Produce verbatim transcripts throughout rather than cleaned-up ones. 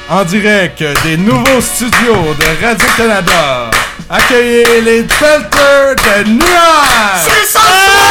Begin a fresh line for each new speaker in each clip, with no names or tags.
En direct des nouveaux studios de Radio-Canada, accueillez les Pelters de Nuages!
C'est ça!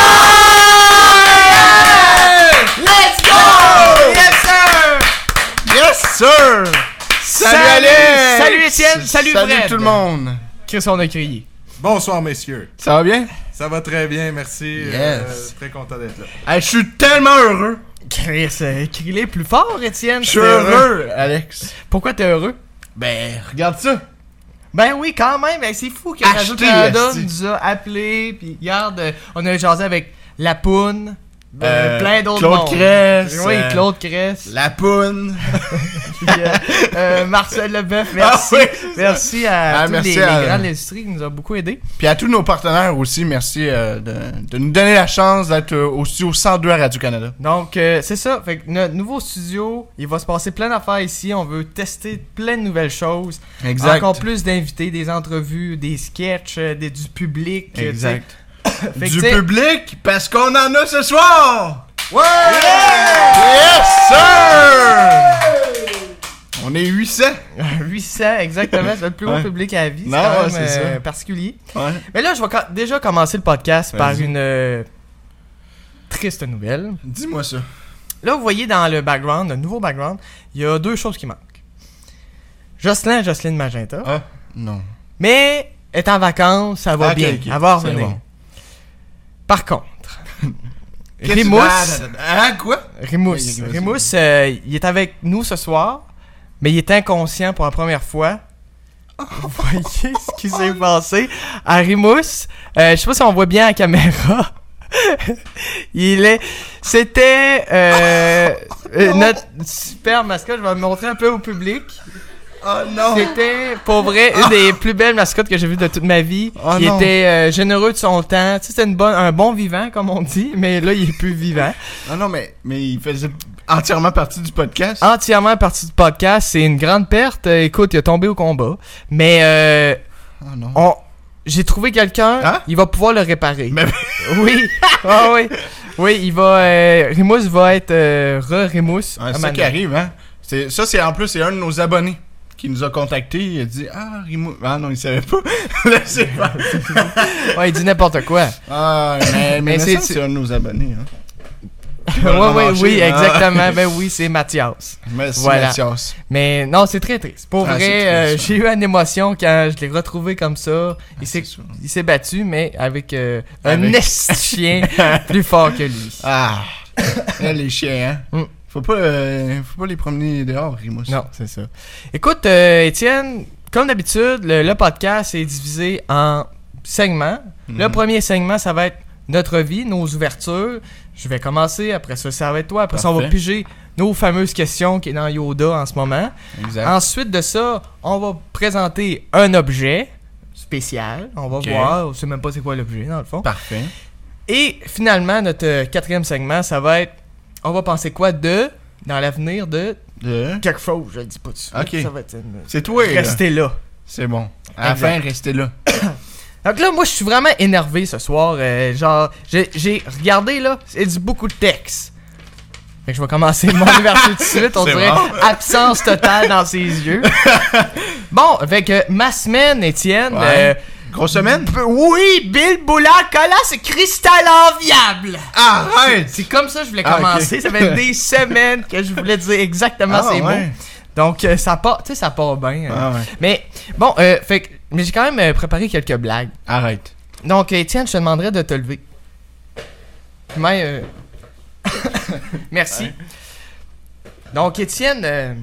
Yeah! Let's go! Yes, sir!
Yes, sir!
Salut,
Salut Alex!
Salut Étienne! Salut Fred!
Salut tout le monde!
Chris, on a crié.
Bonsoir messieurs.
Ça va bien?
Ça va très bien, merci.
Yes.
Euh, très content d'être là.
Hey, je suis tellement heureux!
Chris, euh, crie-les plus fort, Étienne.
Je suis heureux, Alex!
Pourquoi t'es heureux?
Ben, regarde ça!
Ben oui, quand même, ben c'est fou que
Acheté,
Radio-Canada
esti.
nous a appelés, pis regarde, euh, on a jasé avec La Poune, euh,
Euh,
plein d'autres
Claude
mondes.
Cress,
Oui,
euh,
Claude Cress.
La poune!
Puis, euh, euh, Marcel Leboeuf, merci.
Ah oui, c'est ça.
Merci à
Ah,
tous
merci
les,
à-
les grands de l'industrie qui nous ont beaucoup aidés.
Puis à tous nos partenaires aussi, merci euh, de, de nous donner la chance d'être euh, au studio cent deux à Radio-Canada.
Donc, euh, c'est ça. Fait que notre nouveau studio, il va se passer plein d'affaires ici. On veut tester plein de nouvelles choses.
Exact.
Encore plus d'invités, des entrevues, des sketchs, euh, des, du public. euh,
Exact.
tu sais. Fait que,
Du
tu sais,
public, parce qu'on en a ce soir!
Ouais!
Yes, sir! On est huit cents!
huit cents, exactement. C'est le plus gros
Ouais.
public à la vie. C'est
Non,
quand
ouais,
même
c'est
euh,
ça.
particulier.
Ouais.
Mais là, je vais ca- déjà commencer le podcast par
Vas-y.
une euh, triste nouvelle.
Dis-moi ça.
Là, vous voyez dans le background, le nouveau background, il y a deux choses qui manquent. Jocelyn et Jocelyne Magenta.
Ah, non.
Mais elle est en vacances, ça va
Ok,
bien.
ok.
Elle va
C'est
revenir.
bon.
Par contre,
Qu'est-ce que-
Rimous,
Ah, hein, quoi?
Rimous,
Oui, vas-y.
Rimous, euh, il est avec nous ce soir, mais il est inconscient pour la première fois. Vous voyez ce qui s'est passé à Rimous. Euh, je sais pas si on voit bien à la caméra. Il est, c'était euh, euh, notre super mascotte. Je vais le montrer un peu au public.
Oh non!
C'était, pour vrai, une des plus belles mascottes que j'ai vues de toute ma vie.
Oh
il
non.
était euh, généreux de son temps. Tu sais, c'était une bonne, un bon vivant, comme on dit, mais là, il est plus vivant.
Non, non, mais, mais il faisait entièrement partie du podcast.
Entièrement partie du podcast, c'est une grande perte. Euh, écoute, il a tombé au combat. Mais euh,
Oh non.
on, j'ai trouvé quelqu'un,
Hein?
il va pouvoir le réparer.
Mais-
Oui, ah oui. Oui, il va. Euh, Rimous va être euh, re-Rimous.
Ouais,
à
c'est ça
Manon.
qui arrive, hein? C'est, ça, c'est en plus, c'est un de nos abonnés qui nous a contactés. Il a dit Ah, Rimou. Ah non, il savait pas. Là, c'est pas.
Ouais, il dit n'importe quoi.
Ah, mais, mais,
Mais
mais
c'est-
c'est, c'est un de nos abonnés, hein?
Ouais,
va
ouais,
remarcher,
oui,
hein.
exactement. Ben oui, c'est Mathias.
Merci,
Voilà.
Mathias.
Mais non, c'est très triste. Pour
Ah,
vrai,
c'est
euh,
triste.
j'ai eu une émotion quand je l'ai retrouvé comme ça. Il s'est,
c'est sûr.
il s'est battu, mais avec euh, un
Avec-
esti chien plus fort que lui.
Ah, là, les chiens, hein?
Mm.
Faut pas, euh, faut pas les promener dehors, Rimous.
Non, c'est ça. Écoute, euh, Étienne, comme d'habitude, le, le podcast est divisé en segments. Le
Mhm.
premier segment, ça va être notre vie, nos ouvertures. Je vais commencer, après ça, ça va être toi. Après ça, on va
Parfait.
piger nos fameuses questions qui est dans Yoda en ce moment.
Exact.
Ensuite de ça, on va présenter un objet spécial. On va
Ok.
voir, on sait même pas c'est quoi l'objet dans le fond.
Parfait.
Et finalement, notre euh, quatrième segment, ça va être, on va penser quoi de, dans l'avenir de
De...
quelque chose, je le dis pas tout de suite.
Ok.
Ça va être une-
C'est toi, là.
Restez là.
C'est bon. À la
Exact.
fin, restez là.
Donc là, moi, je suis vraiment énervé ce soir. euh, genre, j'ai, j'ai regardé là, c'est du beaucoup de texte. Fait que je vais commencer mon ouverture tout de suite. On
C'est
dirait
bon.
absence totale dans ses yeux. Bon, avec euh, ma semaine, Étienne.
Ouais.
euh,
Grosse semaine?
b- oui, Bill Boulard, Colas, c'est cristal enviable.
Arrête!
C'est comme ça que je voulais
Ah, ok.
commencer. Ça fait des semaines que je voulais dire exactement
Ah,
ces
ouais.
mots. Donc, euh, ça part, tu sais, ça part bien. euh.
Ah ouais.
Mais, bon, euh, fait que, mais j'ai quand même euh, préparé quelques blagues.
Arrête.
Donc, Étienne, je te demanderais de te lever. Mais, euh... Merci. Donc, Étienne, euh...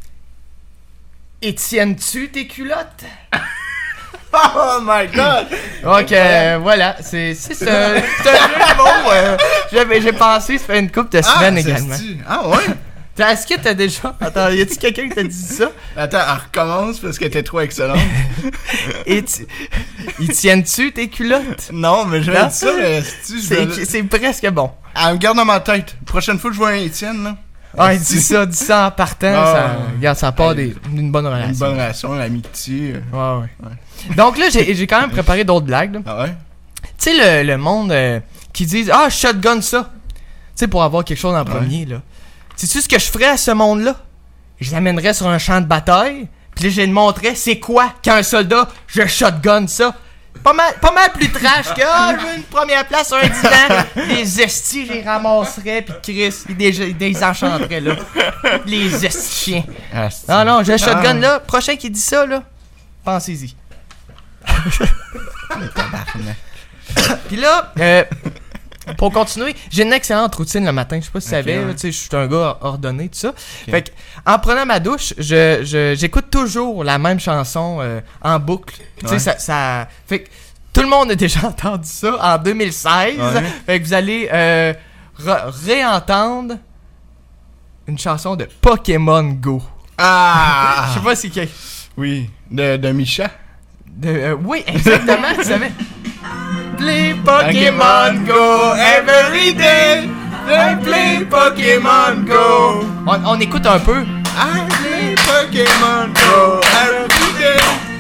Étienne-tu tes culottes?
Oh my god!
Donc, euh, voilà, c'est c'est ce, c'est un jeu de mots. Euh, j'avais- j'ai pensé, ça fait une couple de semaines
ah,
également.
c'est-tu? Ah ouais?
T'as- Est-ce que t'as déjà... Attends, y a-tu quelqu'un qui t'a dit ça?
Attends, elle recommence parce qu'elle était trop excellente.
Éti- Étienne-tu tes culottes?
Non, mais je vais
Non?
dire ça, mais si je vais...
C'est c'est presque bon.
Elle me garde dans ma tête. Prochaine fois que je vois un Étienne, là.
Ah, il dit ça, dit ça en partant,
Ah,
ça,
ouais.
regarde, ça part
Allez.
des- d'une bonne relation.
Une bonne relation, l'amitié. euh.
Ouais, ouais. Donc là, j'ai j'ai quand même préparé d'autres blagues. là.
Ah ouais?
Tu sais, le, le monde euh, qui dit Ah, je shotgun ça. Tu sais, pour avoir quelque chose en premier, là. Sais-tu ce que je ferais à ce monde-là? je les amènerais sur un champ de bataille, puis là, je les montrais c'est quoi quand un soldat, je shotgun ça. Pas mal, pas mal plus trash que ah, je veux une première place sur un divan. Les estis, je les ramasserais, puis Chris, il les, il les enchanterait, là. Les estis chiens.
Ah,
non, non, je shotgun, là. Prochain qui dit ça, là, pensez-y. Puis là, euh, pour continuer, j'ai une excellente routine le matin. Je sais pas si tu
okay,
savais,
ouais.
tu sais, je suis un gars ordonné, tout ça. Okay. Fait que, en prenant ma douche, je, je, j'écoute toujours la même chanson euh, en boucle. Tu sais, ouais. ça, ça. Fait que tout le monde a déjà entendu ça en deux mille seize. Ouais. Fait que vous allez euh, re- réentendre une chanson de Pokémon Go.
Ah!
Je sais pas si c'est.
Oui, de, de Micha.
De, euh, oui, exactement, tu savais. Play Pokémon Go every day. I play Pokémon Go. On, on écoute un peu.
I play Pokémon Go every day.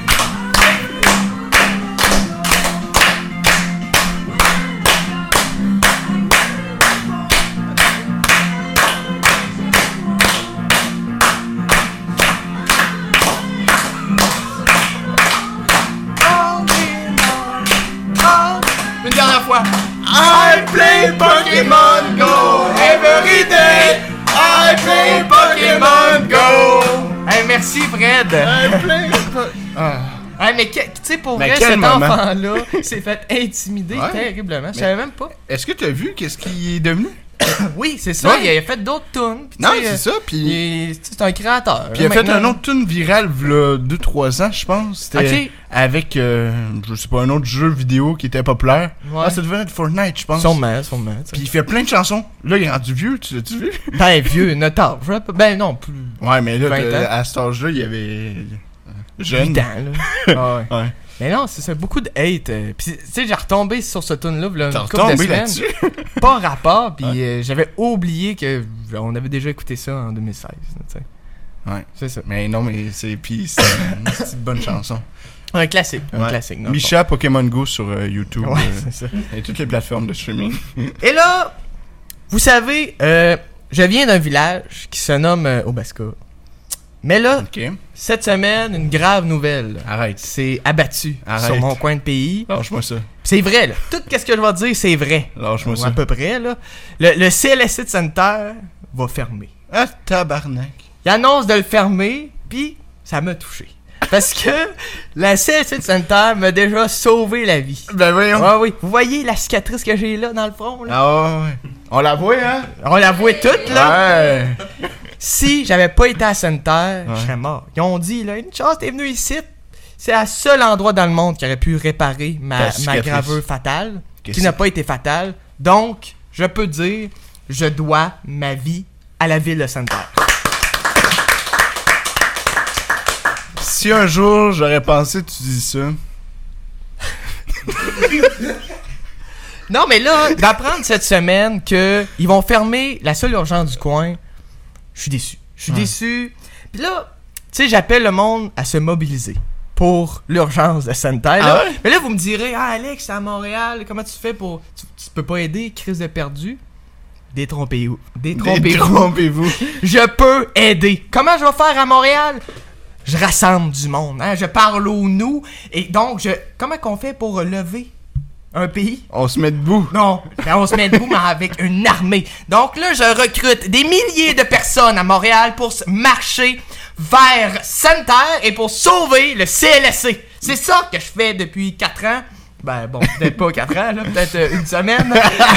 Une dernière fois.
I play Pokémon Go every day. I play Pokémon Go.
Hey, merci Fred.
I play po- ah.
Hey, mais tu sais, pour
mais
vrai,
cet
moment?
enfant-là
s'est fait intimider ouais. terriblement. Je savais même pas.
Est-ce que tu as vu qu'est-ce qu'il est devenu?
Oui, c'est ça. Ouais. Il a fait d'autres tunes.
Non, c'est ça. Puis
c'est un créateur.
Puis il a fait un autre tune viral v'là deux trois ans, je pense. C'était
okay.
avec, euh, je sais pas, un autre jeu vidéo qui était populaire. Ouais. Ah, ça devait être Fortnite, je pense.
Sûrement, sûrement.
Puis il fait plein de chansons. Là, il est rendu vieux, tu l'as-tu vu?
Ben, vieux, notre âge. Ben, non, plus.
Ouais, mais là, à cet âge-là, il y avait. Jeune.
huit ans, là. Ah, ouais.
ouais.
Mais non, c'est ça, beaucoup de hate. Euh, pis tu sais, j'ai retombé sur ce tune-là, là,
T'as
une couple de semaines.
là-dessus?
Pas rapport, pis
ouais.
euh, j'avais oublié que on avait déjà écouté ça en deux mille seize, tu sais.
Ouais.
C'est ça.
Mais non, mais c'est. Pis c'est une petite bonne chanson.
Un classique, un
ouais.
classique. Non,
Micha Pokémon Go sur euh, YouTube.
Ouais,
euh,
c'est ça.
Et toutes les plateformes de streaming.
Et là, vous savez, euh, je viens d'un village qui se nomme euh, Obaska. Mais là,
okay.
cette semaine, une grave nouvelle.
Arrête.
C'est abattu
Arrête.
sur mon coin de pays.
Lâche-moi ça.
C'est vrai, là. Tout ce que je vais te dire, c'est vrai.
Lâche-moi
Ou
ça.
à peu près, là. Le, le C L S C de Sanitaire va fermer.
Ah, tabarnak.
Il annonce de le fermer, puis ça m'a touché. Parce que la C L S C de Sanitaire m'a déjà sauvé la vie.
Ben voyons.
Ah oui. Vous voyez la cicatrice que j'ai là dans le front, là?
Ah ouais. On la voit, hein?
On la voit toute, là.
Ouais.
Si j'avais pas été à Sanitaire,
ouais.
je serais mort. Ils ont dit, là, une chance, t'es venu ici. C'est le seul endroit dans le monde qui aurait pu réparer ma, ma gravure fatale, qui n'a pas été fatale. Donc, je peux dire, je dois ma vie à la ville de Sanitaire.
Si un jour j'aurais pensé que tu dis ça.
Non, mais là, d'apprendre cette semaine que ils vont fermer la seule urgence du coin, je suis déçu. Je suis ouais. déçu. Puis là, tu sais, j'appelle le monde à se mobiliser pour l'urgence de Sanitaire.
Ah ouais?
Mais là, vous me direz, ah, Alex, c'est à Montréal, comment tu fais pour. Tu, tu peux pas aider, crise de perdu? Détrompez-vous. Détrompez-vous.
Détrompez-vous.
Je peux aider. Comment je vais faire à Montréal? Je rassemble du monde, hein? Je parle au nous. Et donc, je. Comment qu'on fait pour lever un pays?
On se met debout.
Non, ben on se met debout, mais avec une armée. Donc là, je recrute des milliers de personnes à Montréal pour marcher vers Sanitaire et pour sauver le C L S C. C'est ça que je fais depuis quatre ans. Ben bon, peut-être pas quatre ans, là, peut-être euh, une semaine.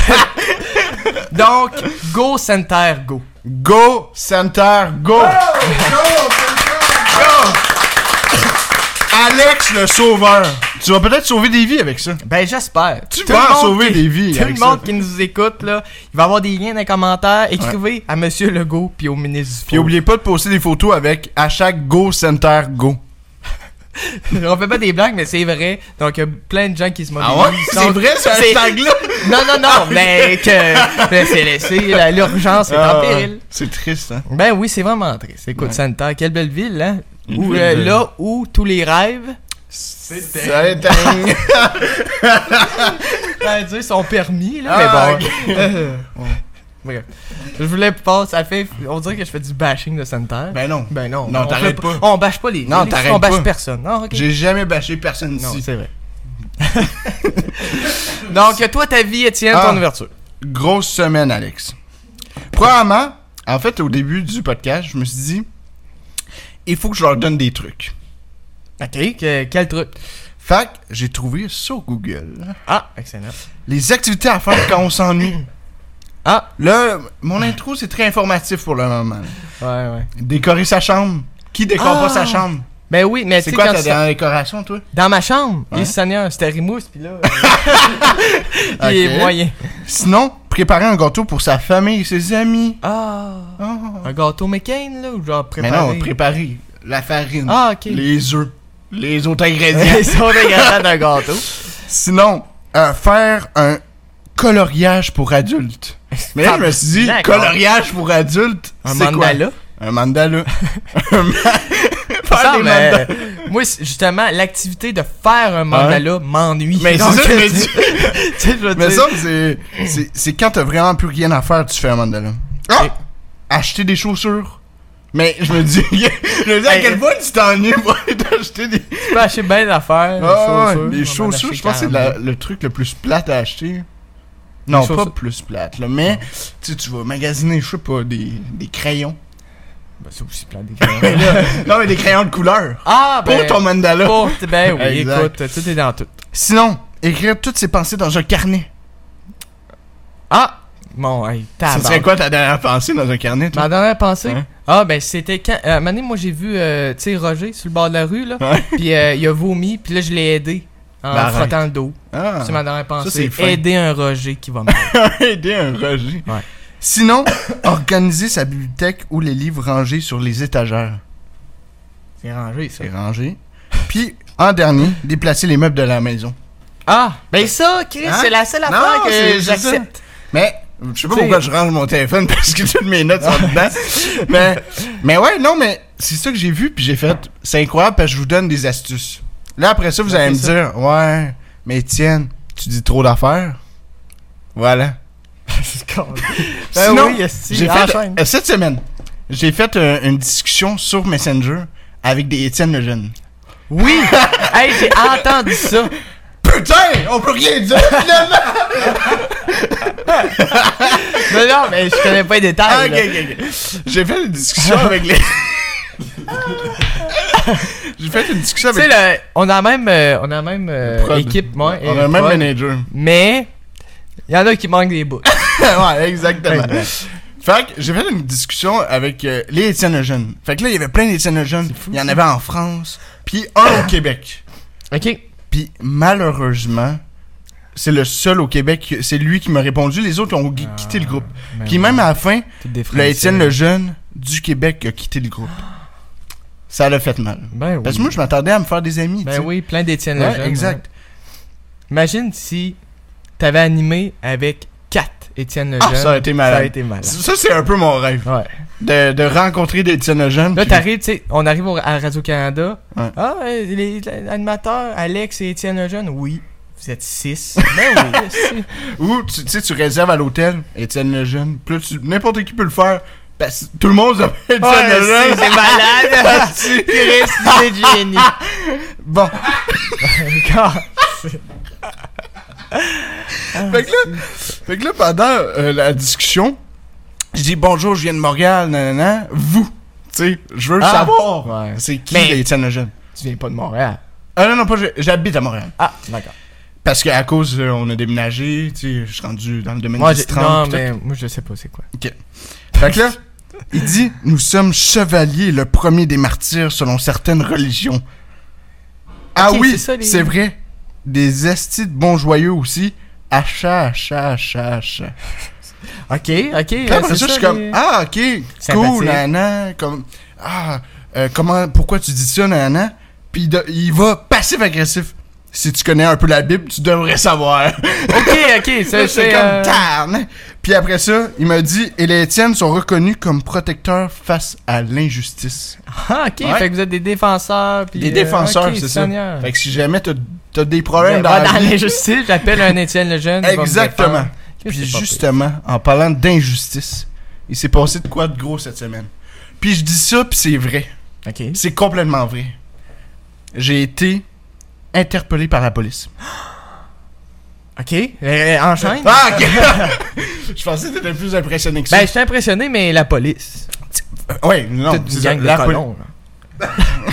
Donc, go Sanitaire, go.
Go Sanitaire, go. Go, go. Alex le sauveur. Tu vas peut-être sauver des vies avec ça.
Ben j'espère.
Tu tout vas sauver qui, des vies
tout
avec
le monde
ça.
Qui nous écoute, là, il va y avoir des liens dans les commentaires. Écrivez ouais. à Monsieur Legault puis au ministre du
Puis oubliez pas de poster des photos avec hashtag Go Sanitaire Go.
On fait pas des blagues, mais c'est vrai. Donc, il y a plein de gens qui se mobilisent.
Ah ouais? C'est vrai, ce hashtag-là?
Non, non, non, mais que le C L S C, la, l'urgence est ah, en péril.
C'est triste, hein?
Ben oui, c'est vraiment triste. Écoute, ouais. Sanitaire, quelle belle ville, hein? Où, euh, là où tous les rêves...
C'est dingue!
Ben, dire, sont permis, là,
ah,
mais bon.
Okay.
Euh, ouais. Bref. Je voulais pas, ça fait. On dirait que je fais du bashing de Santerre.
Ben non.
Ben non.
Non,
on
t'arrêtes
fait
pas.
On bâche pas les.
Non,
les-
t'arrêtes
On bâche
pas.
personne. Non, ok.
J'ai jamais bâché personne
Non,
ici.
c'est vrai. Donc, toi, ta vie, Étienne,
Ah.
ton ouverture.
Grosse semaine, Alex. Premièrement, en fait, au début du podcast, je me suis dit, il faut que je leur donne des trucs.
Ok, que- quel truc?
Fait que j'ai trouvé sur Google
Ah, excellent.
les activités à faire quand on s'ennuie.
Ah,
Là, mon intro, c'est très informatif pour le moment.
ouais, ouais.
Décorer sa chambre. Qui décore
Ah!
pas sa chambre?
Ben oui, mais tu
C'est
sais,
quoi
quand
ta
tu-
dernière décoration, toi?
dans ma chambre,
Ouais.
les Seigneur, c'était Rimousse, pis là. euh, Il est
Ok.
moyen.
Sinon, préparer un gâteau pour sa famille et ses amis.
Ah.
Oh.
Un gâteau McCain, là, ou genre
Mais
préparé?
non, préparer la farine,
Ah, ok.
les œufs, les autres ingrédients.
Ils sont ingrédients d'un gâteau.
Sinon, euh, faire un coloriage pour adultes. Mais là, je me suis dit,
D'accord.
coloriage pour adultes,
Un
c'est quoi?
mandala.
Un mandala. Un ma-
Ça,
Faire des
mais,
mandalas.
moi, c'est- justement, l'activité de faire un mandala m'ennuie.
Mais c'est
Donc,
ça que je me
tu
dis.
sais, je veux
Mais
dire-
ça, c'est, c'est, c'est quand t'as vraiment plus rien à faire, tu fais un mandala. Ah!
Et-
Acheter des chaussures. Mais je me dis, je me dis à
Hey,
quel point tu t'ennuies pour t'acheter des...
Tu peux acheter bien d'affaires.
Ah, ouais, les
on en
chaussures,
achète
je pense que c'est
quarante.
la- le truc le plus plate à acheter. Non, pas
chaussures.
plus plate, là, mais tu sais, tu vas magasiner, je sais pas, des, des crayons.
Ben, c'est aussi plein des
Mais là, non, mais des crayons de couleur.
Ah, ben.
Pour ton mandala.
pour- ben oui,
Exact.
écoute, tout est dans tout.
Sinon, écrire toutes ses pensées dans un carnet.
Ah! Bon, hey,
Ça
tabarnak.
serait quoi ta dernière pensée dans un carnet, toi?
Ma dernière pensée?
Ouais.
Ah, ben, c'était quand. Euh, à un moment donné, moi, j'ai vu, euh, tu sais, Roger sur le bord de la rue, là.
Ouais.
Puis euh, il a vomi, puis là, je l'ai aidé en
Ben, arrête.
frottant le dos.
Ah.
C'est ma dernière
c'est
pensée.
fin.
Aider un Roger qui va mal.
Aider un Roger.
Ouais.
Sinon, organiser sa bibliothèque ou les livres rangés sur les étagères.
C'est rangé, ça.
C'est rangé. Puis, en dernier, déplacer les meubles de la maison.
Ah! Ben, ça, Chris,
Hein?
c'est la seule
Non,
affaire
c'est-
que
c'est
j'accepte.
Mais, je sais pas
T'sais-
pourquoi je range mon téléphone parce que toutes mes notes sont dedans. mais, mais ouais, non, mais c'est ça que j'ai vu puis j'ai fait. C'est incroyable parce que je vous donne des astuces. Là, après ça, vous
Ouais,
allez me
c'est
dire, ouais, mais Étienne, tu dis trop d'affaires. Voilà.
Ben
Sinon,
oui, esti,
j'ai fait,
enchaîne.
euh, cette semaine, j'ai fait euh, une discussion sur Messenger avec des Étienne le Jeune.
Oui! Hey, j'ai entendu ça.
Putain, on peut rien dire finalement!
Non, non, mais je connais pas les détails.
Ah, ok,
là.
ok, ok. J'ai fait une discussion avec les. J'ai fait une discussion
Tu
avec
sais, le- on a même, euh, on a même euh,
Prod.
équipe, moi.
On
et
a un même
prod,
manager.
Mais, il y en a qui manquent des bouts.
Ouais, exactement.
Exact.
Fait que j'ai fait une discussion avec euh, les Étienne le Jeune. Fait que là, il y avait plein d'Étienne le Jeune. Il y en avait en France, puis un au Québec.
Ok.
Puis malheureusement, c'est le seul au Québec, c'est lui qui m'a répondu. Les autres ont gui- quitté le groupe. Puis même à la fin, le Étienne le Jeune du Québec a quitté le groupe. Ça l'a fait mal.
Ben oui.
Parce que moi, je m'attendais à me faire des amis. tu
Ben
sais.
oui, plein d'Étienne
Ouais,
Lejeune.
exact.
ouais. Imagine si t'avais animé avec quatre Étienne Lejeune.
Ah, ça a été
Ça
malade.
a été malade.
Ça, c'est un peu mon rêve.
Ouais.
De, de rencontrer des Étienne le Jeune.
Là,
puis-
t'arrives, tu sais, on arrive au- à Radio-Canada.
Ouais.
Ah, euh, les animateurs, Alex et Étienne Lejeune, oui. Vous êtes six. Ben oui, c'est-
Ou tu tu sais, tu réserves à l'hôtel, Étienne le Jeune. Puis là, tu- n'importe qui peut le faire. Parce que tout le monde s'appelle Étienne
Ouais,
le Jeune.
c'est- c'est malade.
Asti.
Chris, c'est de génie.
Bon. Fait que là, fait que là pendant euh, la discussion, je dis bonjour, je viens de Montréal, nanana. Vous, tu sais, je veux
Ah.
savoir.
Ouais.
C'est qui
Mais-
Étienne le Jeune?
Tu viens pas de Montréal.
Ah non, non, pas, je- j'habite à Montréal.
Ah, d'accord.
Parce qu'à cause, euh, on a déménagé, tu sais, je suis rendu dans le domaine
Moi,
du
j'ai-
trente.
non,
pis tout.
mais moi, je sais pas c'est quoi.
Fait que là, il dit nous sommes chevaliers, le premier des martyrs selon certaines religions. Ah
Ok,
oui,
c'est ça, les-
c'est vrai. Des estis de bons joyeux aussi. Achat, achat, achat, achat.
Ok, ok.
Puis
euh,
après
c'est
ça, je suis
les-
comme ah ok, cool,
Sympathique.
nana, comme ah euh, comment, pourquoi tu dis ça, nana. Puis il, de- il va passif agressif. Si tu connais un peu la Bible, tu devrais savoir.
Ok, ok.
Là,
C'est
c'est
c'est,
comme
euh,
tarn. Puis après ça, il m'a dit et les Étienne sont reconnus comme protecteurs face à l'injustice.
Ah, ok.
Ouais.
Fait que vous êtes des défenseurs. Puis,
Des
euh,
défenseurs,
ok,
c'est ça.
Seigneur.
Fait que si jamais t'as, t'as des problèmes
Ouais,
dans
va
la
dans
vie,
l'injustice, j'appelle un Étienne Lejeune. il va me
exactement.
défendre.
Puis justement, en parlant d'injustice, il s'est passé de quoi de gros cette semaine. Puis je dis ça, puis c'est vrai.
Ok.
C'est complètement vrai. J'ai été interpellé par la police.
Ok, euh, enchaîne.
Ah, ok! Je pensais que t'étais plus impressionné que ça.
Ben, je suis impressionné, mais la police.
Euh, ouais, non,
Toute
c'est
une
ça.
gang de
La poli-
colons, là.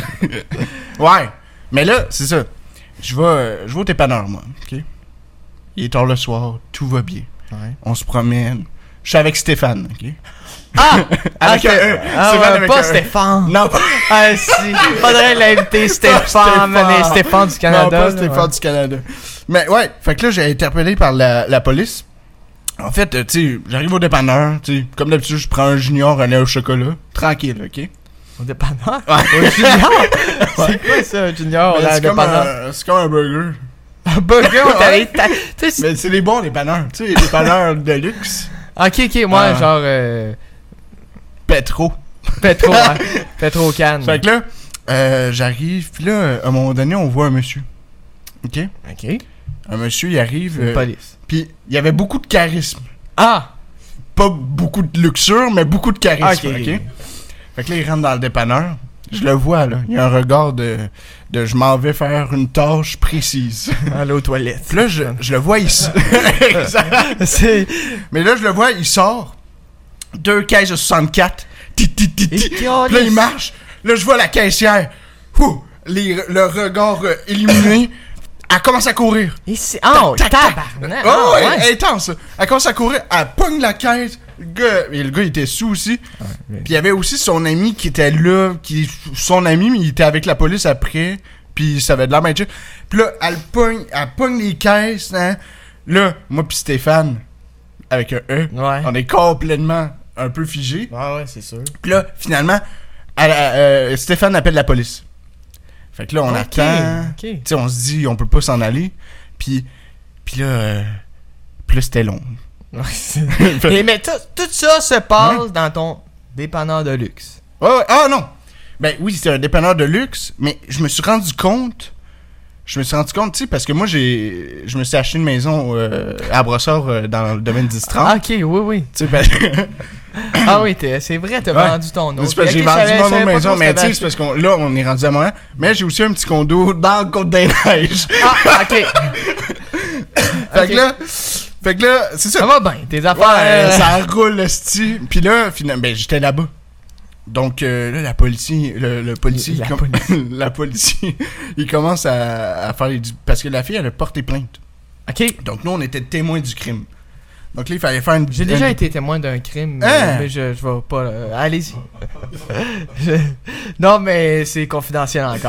Ouais, mais là, c'est ça. Je vais, euh, je vais au dépanneur, moi, ok? Il est tard le soir, tout va bien.
Ouais.
On se promène. Je suis avec Stéphane, ok?
Ah!
Avec
ah,
un E.
ah,
Stéphane
ouais,
avec
pas
un E.
Stéphane.
Non, pas
Ah, si. Faudrait l'inviter Stéphane,
Stéphane.
mais Stéphane du Canada.
Non, pas
là,
Stéphane
ouais.
du Canada. Mais ouais, fait que là, j'ai été interpellé par la, la police. En fait, euh, tu sais, j'arrive au dépanneur, tu sais, comme d'habitude, je prends un junior, un lait au chocolat. Tranquille, ok?
Au dépanneur?
Ouais.
Au junior? C'est quoi ça, junior?
Mais
là,
c'est, comme
dépanneur?
un, c'est comme un burger.
Un burger, on t'allait... Tu sais, c'est-
Mais c'est les bons dépanneurs, tu sais, les dépanneurs de luxe.
Ok, ok, moi,
Ah.
genre... Euh...
Pétro.
Pétro, hein. Pétro Cannes.
Fait que là, euh, j'arrive, puis là, à un moment donné, on voit un monsieur. Ok?
Ok.
Un monsieur, il arrive,
Une
euh,
police.
puis il y avait beaucoup de charisme.
Ah!
Pas beaucoup de luxure, mais beaucoup de charisme,
Ok.
ok? Fait que là, il rentre dans le dépanneur. Je le vois, là. Il y a un regard de, de je m'en vais faire une tâche précise.
Aller aux toilettes.
Puis là, je, je le vois, il s- Exact.
C'est...
Mais là, je le vois, il sort. Deux caisses de soixante-quatre. Ti, ti, ti, ti.
Et
Puis là, il marche. Là, je vois la caissière. Ouh, les- le regard euh, illuminé. Elle commence à courir.
Et c'est... Oh,
Tac, tac, tac.
tabarnak!
Oh,
Ah,
ouais,
ouais.
intense. Elle commence à courir. Elle pogne la caisse. Le gars, et le gars, il était sous aussi.
mais-
Puis il y avait aussi son ami qui était là. Qui, son ami, mais il était avec la police après. Puis ça avait de la main. Puis là, elle pogne, elle pogne les caisses. Hein. Là, moi puis Stéphane, avec un E,
Ouais.
on est complètement un peu figé.
Ah ouais, c'est sûr.
Puis là, finalement, elle- euh, Stéphane appelle la police. Fait que là, on
Ok,
attend.
ok.
Tu sais, on se dit, on peut pas s'en aller. Puis, puis là, euh, puis là, c'était long.
Ouais, c'est- Et, mais tout, tout ça se passe dans ton dépanneur de luxe.
Ouais, ouais. Ah non! Ben oui, c'était un dépanneur de luxe, mais je me suis rendu compte. Je me suis rendu compte, tu sais, parce que moi, j'ai, je me suis acheté une maison euh, à Brossard euh, dans le domaine dix trente.
Ah, ok, oui, oui.
Tu sais, ben,
Ah oui, t'es- c'est vrai, t'as
Ouais.
vendu ton autre.
c'est parce que j'ai
Ok,
vendu
je savais-
mon
je savais
autre
pas
maison,
trop
mais
ce
tu sais,
que
c'est parce qu'on là, on est rendu à Montréal. Mais j'ai aussi un petit condo dans le Côte-des-Neiges.
Ah, ok.
Fait
Ok.
que là, fait que là, c'est ça.
Ça va bien, tes affaires.
Ouais,
euh,
ça roule le style. Puis là, finalement, ben, j'étais là-bas. Donc euh, là, la policier, le, le policier,
La
il com- la policier, il commence à, à faire les... Parce que la fille, elle a porté plainte.
Ok.
Donc nous, on était témoins du crime. Donc là, il fallait faire une...
J'ai déjà
une-
été témoin d'un crime,
Hein?
euh, mais je, je vais pas. euh, allez-y. Je- Non, mais c'est confidentiel encore.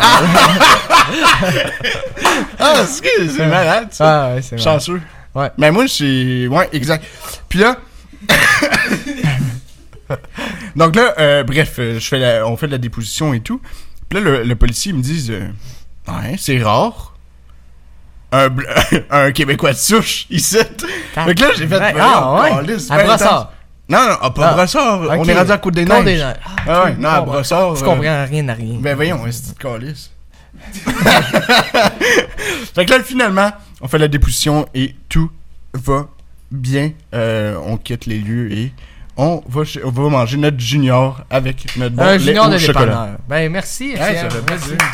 Ah, c'est, c'est malade, ça.
Ah, ouais, c'est vrai.
Chanceux.
Ouais.
Mais moi, c'est... Ouais, exact. Puis là... Donc là, euh, bref, euh, je fais la... on fait de la déposition et tout. Puis là, le, le policier me dit... euh, ouais, c'est rare. Un, bl- un Québécois de souche, ici. Fait que là, j'ai fait...
Ouais,
voyons,
ah, ouais.
câlisse,
À
ben
Brossard.
intense. Non, non, ah, pas
Ah,
Brossard. On
ok.
est rendu à Côte-des-Neiges.
Côte-des-Neiges.
Ah ouais,
ok,
non,
je
à
comprends.
Brossard.
Je
euh,
comprends rien à rien.
Ben voyons, c'est de calice. Fait que là, finalement, on fait la déposition et tout va bien. Euh, on quitte les lieux et on va, chez- on va manger notre junior avec notre bon
Un
lait
junior
au
de
chocolat.
dépanneur. Ben, merci.
Ouais,
Étienne.
ça fait
Merci.
plaisir.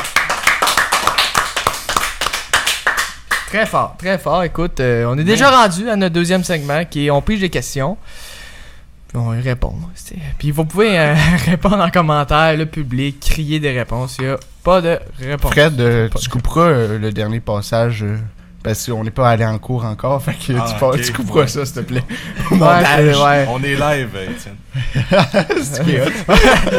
Très fort, très fort. Écoute, euh, on est déjà rendu à notre deuxième segment qui est On pige des questions. Puis on y répond. c'est- Puis vous pouvez euh, répondre en commentaire, le public, crier des réponses. Il n'y a pas de réponse.
Fred, euh, tu couperas euh, le dernier passage euh, parce qu'on n'est pas allé en cours encore. Fait que
Ah,
tu, pas-
ok,
tu couperas
ouais.
ça, s'il te plaît. Au
Ouais,
montage.
c'est- ouais.
On est live, euh, Étienne.
C'est qui est hot.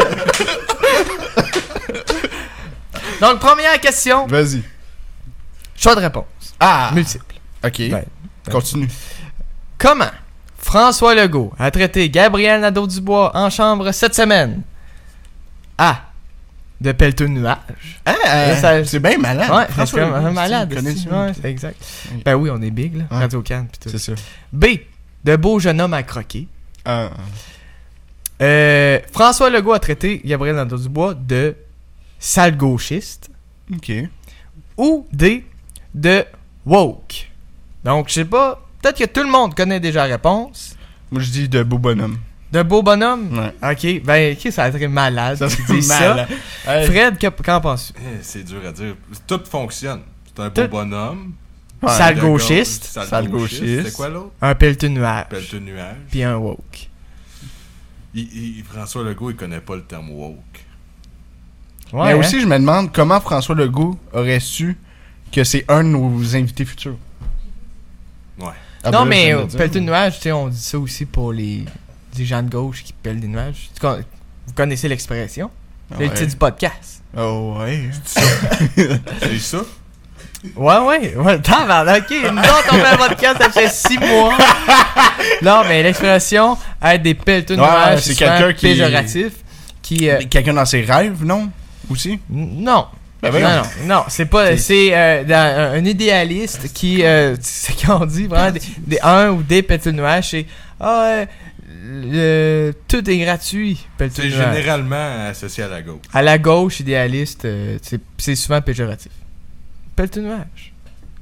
Donc, première question,
Vas-y.
choix de réponse.
Ah!
Multiple.
Ok.
Ben,
Continue.
Comment François Legault a traité Gabriel Nadeau-Dubois en chambre cette semaine? A. De pelleteux de nuages.
Ah, euh,
ça-
c'est bien malade.
Ouais,
François
c'est comme
Legault,
un malade.
tu le connais,
c'est-
tu-
ouais, c'est exact.
Oui.
Ben oui, on est big, là.
Ouais.
Radio-Can pis tout.
C'est ça.
B. De beau jeune homme à croquer.
Ah.
Euh, François Legault a traité Gabriel Nadeau-Dubois de sale gauchiste.
Ok.
Ou D. De woke. Donc, je sais pas peut-être que tout le monde connaît déjà la réponse.
Moi, je dis de beau bonhomme.
De beau bonhomme?
Ouais.
Ok, ben, ok, ça va être malade.
Ça
tu
serait
dis
malade.
ça.
Hey.
Fred, que- qu'en penses-tu?
Eh, c'est dur à dire. Tout fonctionne. C'est un
Tout-
beau bonhomme.
Ouais,
Sale
de
gauchiste.
gauche, Sale
Sale
gauchiste.
gauchiste.
C'est quoi l'autre?
Un pelleteux de nuage.
Pelleteux de nuage.
Puis un woke.
Il, il- François Legault, il connaît pas le terme woke.
Ouais,
Mais
hein?
aussi, je me demande comment François Legault aurait su que c'est un de nos invités futurs.
Ouais.
Ah,
non,
ben là, je
mais
viens de
euh,
le dire.
pelleteux de nuage, tu sais, on dit ça aussi pour les, les gens de gauche qui pèlent des nuages. Tu con- Vous connaissez l'expression? C'est
Ouais.
le titre du podcast.
Oh, ouais.
C'est ça?
Ouais, ouais, ouais, tabarnak, ok, nous autres, on fait un podcast, ça fait six mois. Non, mais l'expression être des pelleteux de
Ouais,
nuages,
c'est
c'est souvent
quelqu'un qui-
péjoratif. Qui, euh,
Quelqu'un dans ses rêves, non? Aussi?
n- non.
Ben
non,
voyons.
non, non, c'est pas,
C'est-
c'est euh, dans- un, un idéaliste qui, euh, c'est qu'on dit vraiment des, des un ou des pelleteux de nuages, c'est ah, euh, le- tout est gratuit, pelleteux
C'est
de nuages.
généralement associé à la gauche.
À la gauche, idéaliste, euh, c'est, c'est souvent péjoratif. Pelleteux de nuages.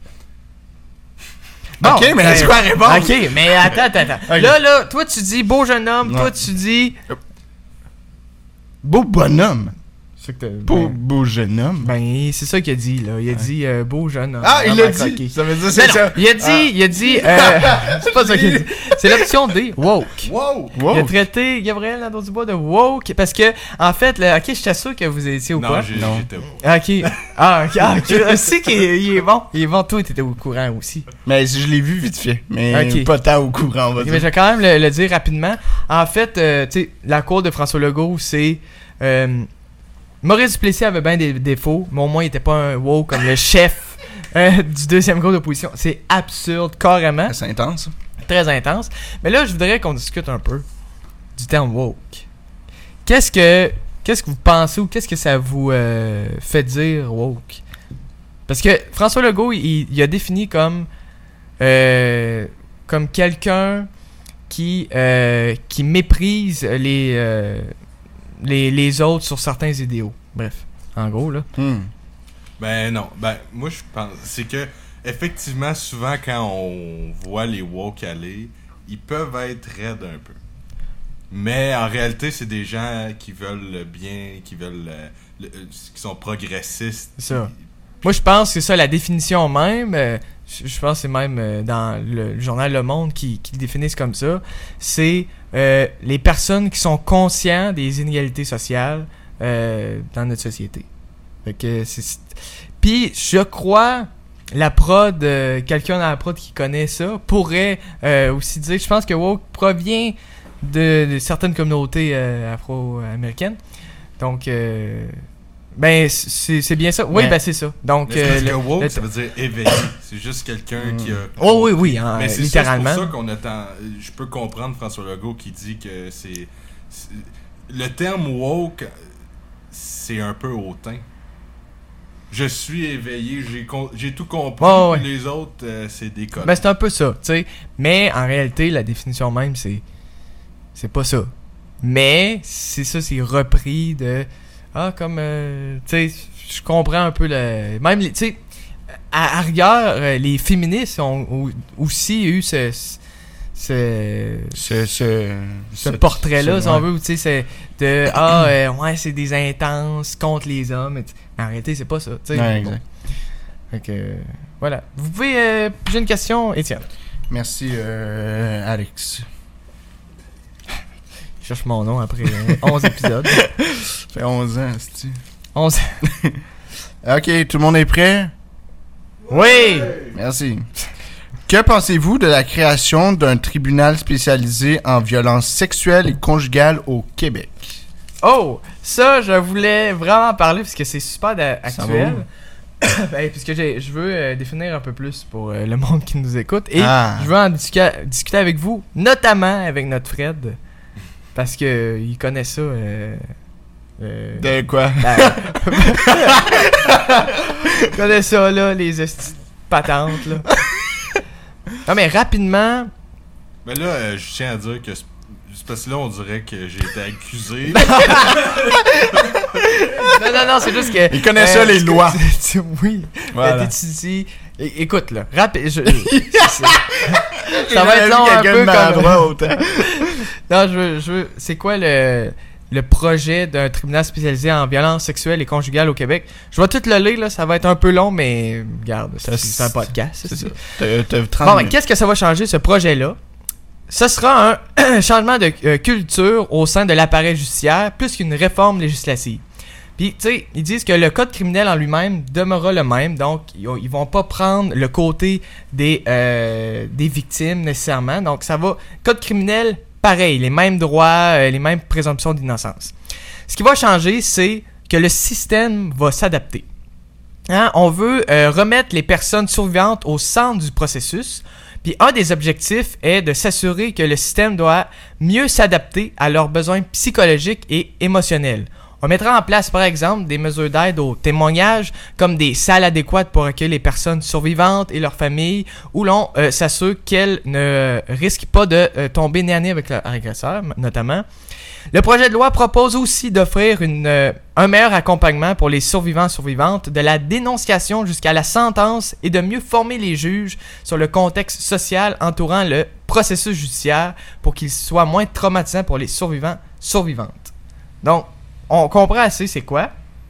Ok, mais
ben,
c'est quoi la réponse?
Ok, mais attends, attends, attends.
Ok.
Là, là, toi, tu dis beau jeune homme, toi,
Ouais.
tu dis.
Beau bonhomme.
C'est que t'as-
Beau,
ben,
beau jeune homme.
ben, c'est ça qu'il a dit, là. Il a dit euh, beau jeune homme.
Ah, il
homme
l'a
à
dit.
croquer.
Ça veut dire
Non,
c'est
non,
ça.
il a dit,
Ah.
il a dit, euh, c'est pas ça qu'il a dit. C'est l'option D, woke.
Wow!
Wow.
Il a traité Gabriel Nadeau-Dubois de woke parce que, en fait, là, ok, j'étais sûr que vous étiez au
Non,
courant.
j'ai-
Non.
j'étais où?
Ok. Ah, ok. Ah, ok. aussi qu'il il est bon. Il est bon. Toi, t'étais au courant aussi.
Mais je l'ai vu vite fait. Mais
Ok.
pas tant au courant, on va
Mais je
dire.
vais quand même le, le dire rapidement. En fait, euh, tu sais, la cour de François Legault, c'est. Euh, Maurice Duplessis avait bien des défauts, mais au moins, il était pas un woke comme le chef euh, du deuxième groupe d'opposition. C'est absurde, carrément.
C'est intense.
Très intense. Mais là, je voudrais qu'on discute un peu du terme woke. Qu'est-ce que. Qu'est-ce que vous pensez ou qu'est-ce que ça vous euh, fait dire woke? Parce que François Legault, il, il a défini comme euh, comme quelqu'un qui euh, qui méprise les, euh, les les autres sur certains idéaux. Bref, en gros là.
Hmm.
Ben non, ben moi je pense, c'est que effectivement souvent quand on voit les woke aller, ils peuvent être raides un peu. Mais en réalité c'est des gens qui veulent le bien, qui veulent euh, le- euh, qui sont progressistes.
C'est ça. Moi, je pense que c'est ça la définition même. euh, je je pense que c'est même euh, dans le, le journal Le Monde qui, qui le définissent comme ça. C'est euh, les personnes qui sont conscients des inégalités sociales euh, dans notre société. Fait que c'est, c'est- Puis, je crois, la prod, euh, quelqu'un dans la prod qui connaît ça, pourrait euh, aussi dire, je pense que woke provient de, de certaines communautés euh, afro-américaines. Donc, euh, ben, c'est, c'est bien ça. Oui,
Mais-
ben, c'est ça. Donc,
Mais c'est parce
euh,
que
le-
woke
le-
ça veut dire éveillé. C'est juste quelqu'un qui a.
Oh oui, oui, hein,
Mais c'est
littéralement.
ça, c'est pour ça qu'on attend. Je peux comprendre François Legault qui dit que c'est, c'est- le terme woke, c'est un peu hautain. Je suis éveillé, j'ai, con- j'ai tout compris.
Ouais, ouais.
Les autres, euh, c'est des connes.
Ben, c'est un peu ça, tu sais. Mais en réalité, la définition même, c'est. C'est pas ça. Mais, c'est ça, c'est repris de. Ah, comme. euh, tu sais, je comprends un peu le. Même, les- tu sais, à, à rigueur, euh, les féministes ont, ont aussi eu ce. ce
Ce, ce,
ce portrait-là,
ce-
si on
ouais.
veut, tu sais, c'est de ah, euh, ouais, c'est des intenses contre les hommes. Mais, mais en réalité, c'est pas ça, tu sais.
Ouais,
Bon.
exact.
Fait que, euh, voilà. Vous pouvez. Euh, j'ai une question, Étienne.
Merci, euh, Alex.
Je cherche mon nom après euh, onze épisodes.
Ça fait onze ans, c'est-tu?
onze.
Ok, tout le monde est prêt?
Oui!
Merci. Que pensez-vous de la création d'un tribunal spécialisé en violences sexuelles et conjugales au Québec?
Oh! Ça, je voulais vraiment parler parce que c'est super da-
Ça
actuel. Ben, puisque j'ai- je veux euh, définir un peu plus pour euh, le monde qui nous écoute. Et
Ah.
je veux en discuter, discuter avec vous, notamment avec notre Fred. Parce que euh, il connaît ça. Euh, euh,
De quoi?
ben, il connaît ça, là, les esti de patentes, là. Non, mais rapidement.
Mais là, euh, je tiens à dire que c'est, C'est parce que là, on dirait que j'ai été accusé.
non, non, non, c'est juste que...
Il connaît euh, ça, les lois.
Tu, tu, oui. Voilà. Tu dis... Écoute, là, rap... Je, je, ça va être long un peu comme... Autant. non, je veux... Je veux c'est quoi le... le projet d'un tribunal spécialisé en violence sexuelle et conjugale au Québec? Je vais tout le lire, là, ça va être un peu long, mais regarde, c'est, c'est un podcast. C'est, c'est ça. T'as, t'as bon, ben, qu'est-ce que ça va changer, ce projet-là? Ce sera un changement de euh, culture au sein de l'appareil judiciaire, plus qu'une réforme législative. Puis, tu sais, ils disent que le code criminel en lui-même demeurera le même, donc ils, ils vont pas prendre le côté des, euh, des victimes nécessairement. Donc, ça va... Code criminel, pareil, les mêmes droits, euh, les mêmes présomptions d'innocence. Ce qui va changer, c'est que le système va s'adapter. Hein? On veut euh, remettre les personnes survivantes au centre du processus. Puis un des objectifs est de s'assurer que le système doit mieux s'adapter à leurs besoins psychologiques et émotionnels. On mettra en place, par exemple, des mesures d'aide au témoignage, comme des salles adéquates pour accueillir les personnes survivantes et leurs familles, où l'on euh, s'assure qu'elles ne risquent pas de euh, tomber nez à nez avec leur agresseur, notamment. Le projet de loi propose aussi d'offrir une, euh, un meilleur accompagnement pour les survivants et survivantes, de la dénonciation jusqu'à la sentence, et de mieux former les juges sur le contexte social entourant le processus judiciaire pour qu'il soit moins traumatisant pour les survivants et survivantes. Donc, on comprend assez c'est quoi.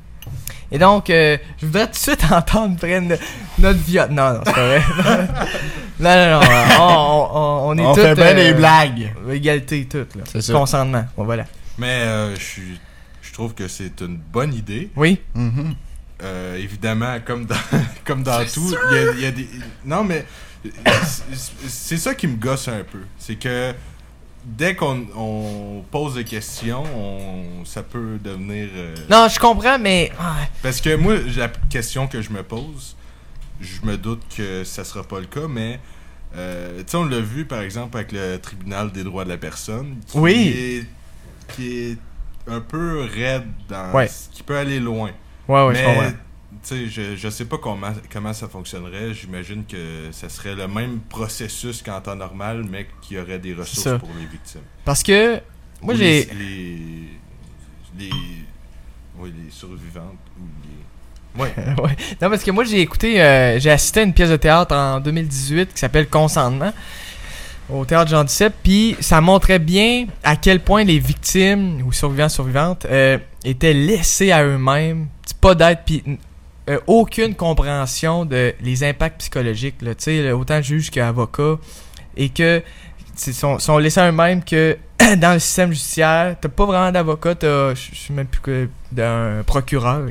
Et donc, euh, je voudrais tout de suite entendre prendre notre viol. Non, non, c'est pas vrai. non, non, non. On, on, on est
on
tout,
fait bien
euh,
des blagues.
Égalité, tout, là.
C'est ça.
Consentement. Bon, voilà.
Mais euh, je je trouve que c'est une bonne idée.
Oui.
Mm-hmm.
Euh, évidemment, comme dans, comme dans tout, il y a, y a des... Non, mais c'est, c'est ça qui me gosse un peu. C'est que dès qu'on on pose des questions, on, ça peut devenir... Euh...
Non, je comprends, mais...
Parce que moi, la question que je me pose, je me doute que ça sera pas le cas, mais... Euh, tu sais, on l'a vu, par exemple, avec le tribunal des droits de la personne, qui,
oui.
est, qui est un peu raide, dans,
ouais.
qui peut aller loin.
Ouais, ouais,
mais,
je comprends.
Tu sais, je, je sais pas comment, comment ça fonctionnerait. J'imagine que ça serait le même processus qu'en temps normal, mais qu'il y aurait des ressources pour les victimes.
Parce que, moi,
ou
j'ai...
Les, les, les, oui, les survivantes, ou les... Ouais.
ouais. Non, parce que moi, j'ai écouté... Euh, j'ai assisté à une pièce de théâtre en deux mille dix-huit qui s'appelle « Consentement » au Théâtre Jean Duceppe, puis ça montrait bien à quel point les victimes, ou survivants, survivantes, euh, étaient laissés à eux-mêmes, pas d'aide, puis... Euh, aucune compréhension de les impacts psychologiques, là, tu sais, autant juge qu'avocat, et que sont, sont laissés à eux-mêmes que dans le système judiciaire, t'as pas vraiment d'avocat, t'as, je sais même plus que d'un procureur,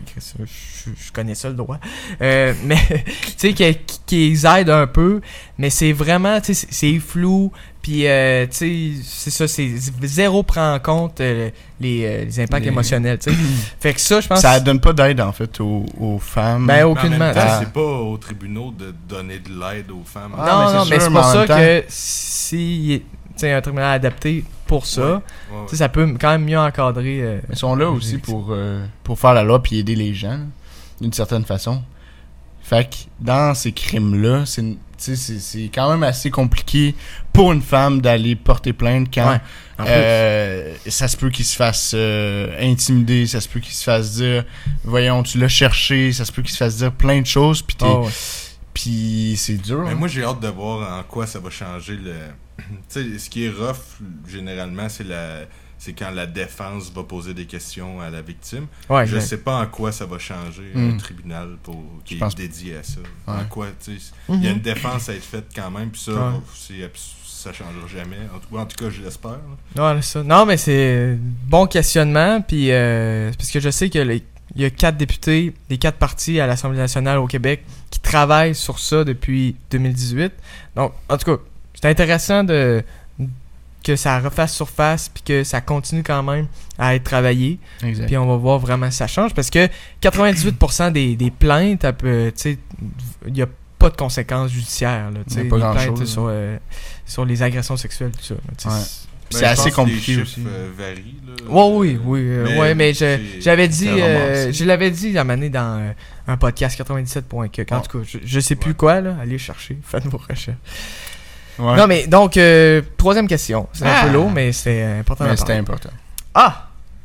je connais ça le droit, euh, mais tu sais, qui, qui les aide un peu, mais c'est vraiment, tu sais, c'est flou, puis euh, tu sais, c'est ça, c'est zéro prend en compte euh, les, euh, les impacts les... émotionnels, tu sais. Fait que ça, je pense...
Ça donne pas d'aide, en fait, aux, aux femmes.
Ben, aucunement.
Mais en même temps,
ah.
c'est pas aux tribunaux de donner de l'aide aux femmes.
Ah, non, mais non, sûr, mais c'est pour ça temps... que si... tu sais, un tribunal adapté pour ça, ouais, ouais, ouais. ça peut quand même mieux encadrer. Euh,
Ils sont là aussi pour, euh, pour faire la loi puis aider les gens, là, d'une certaine façon. Fait que dans ces crimes-là, c'est, c'est, c'est quand même assez compliqué pour une femme d'aller porter plainte quand ouais, euh, ça se peut qu'il se fasse euh, intimider, ça se peut qu'il se fasse dire voyons, tu l'as cherché, ça se peut qu'il se fasse dire plein de choses, puis t'es... Oh, ouais. Puis c'est dur.
Mais hein. Moi, j'ai hâte de voir en quoi ça va changer le... Tu sais, ce qui est rough, généralement, c'est la... c'est quand la défense va poser des questions à la victime. Ouais, je exact. sais pas en quoi ça va changer mm. un tribunal pour... qui je est dédié à ça. Ouais. En quoi, tu sais... Il mm-hmm. y a une défense à être faite quand même, puis ça, ouais. c'est, ça changera jamais. En tout, en tout cas, je l'espère. Là.
Ouais, ça. Non, mais c'est bon questionnement, puis euh, parce que je sais que les... il y a quatre députés des quatre partis à l'Assemblée nationale au Québec qui travaillent sur ça depuis deux mille dix-huit. Donc, en tout cas, c'est intéressant de que ça refasse surface puis que ça continue quand même à être travaillé. Exact. Puis on va voir vraiment si ça change parce que quatre-vingt-dix-huit pour cent des, des plaintes, tu sais, il n'y a pas de conséquences judiciaires. Là,
il n'y a pas
les
grand-chose.
Plaintes sur, euh, sur les agressions sexuelles, tout ça. Là,
ouais.
C'est ben, assez compliqué
les
aussi.
Euh, varient, là.
Ouais, oui, oui. Euh, mais, ouais, mais je, j'avais dit, euh, je l'avais dit à un moment donné dans euh, un podcast quatre-vingt-dix-sept point que, en oh. tout cas, je, je sais plus ouais. quoi, là. Allez chercher, faites vos recherches.
Ouais.
Non, mais donc, euh, troisième question. C'est un
Ah.
peu lourd, mais c'est important.
Mais
d'en
c'était
parler.
important.
Ah!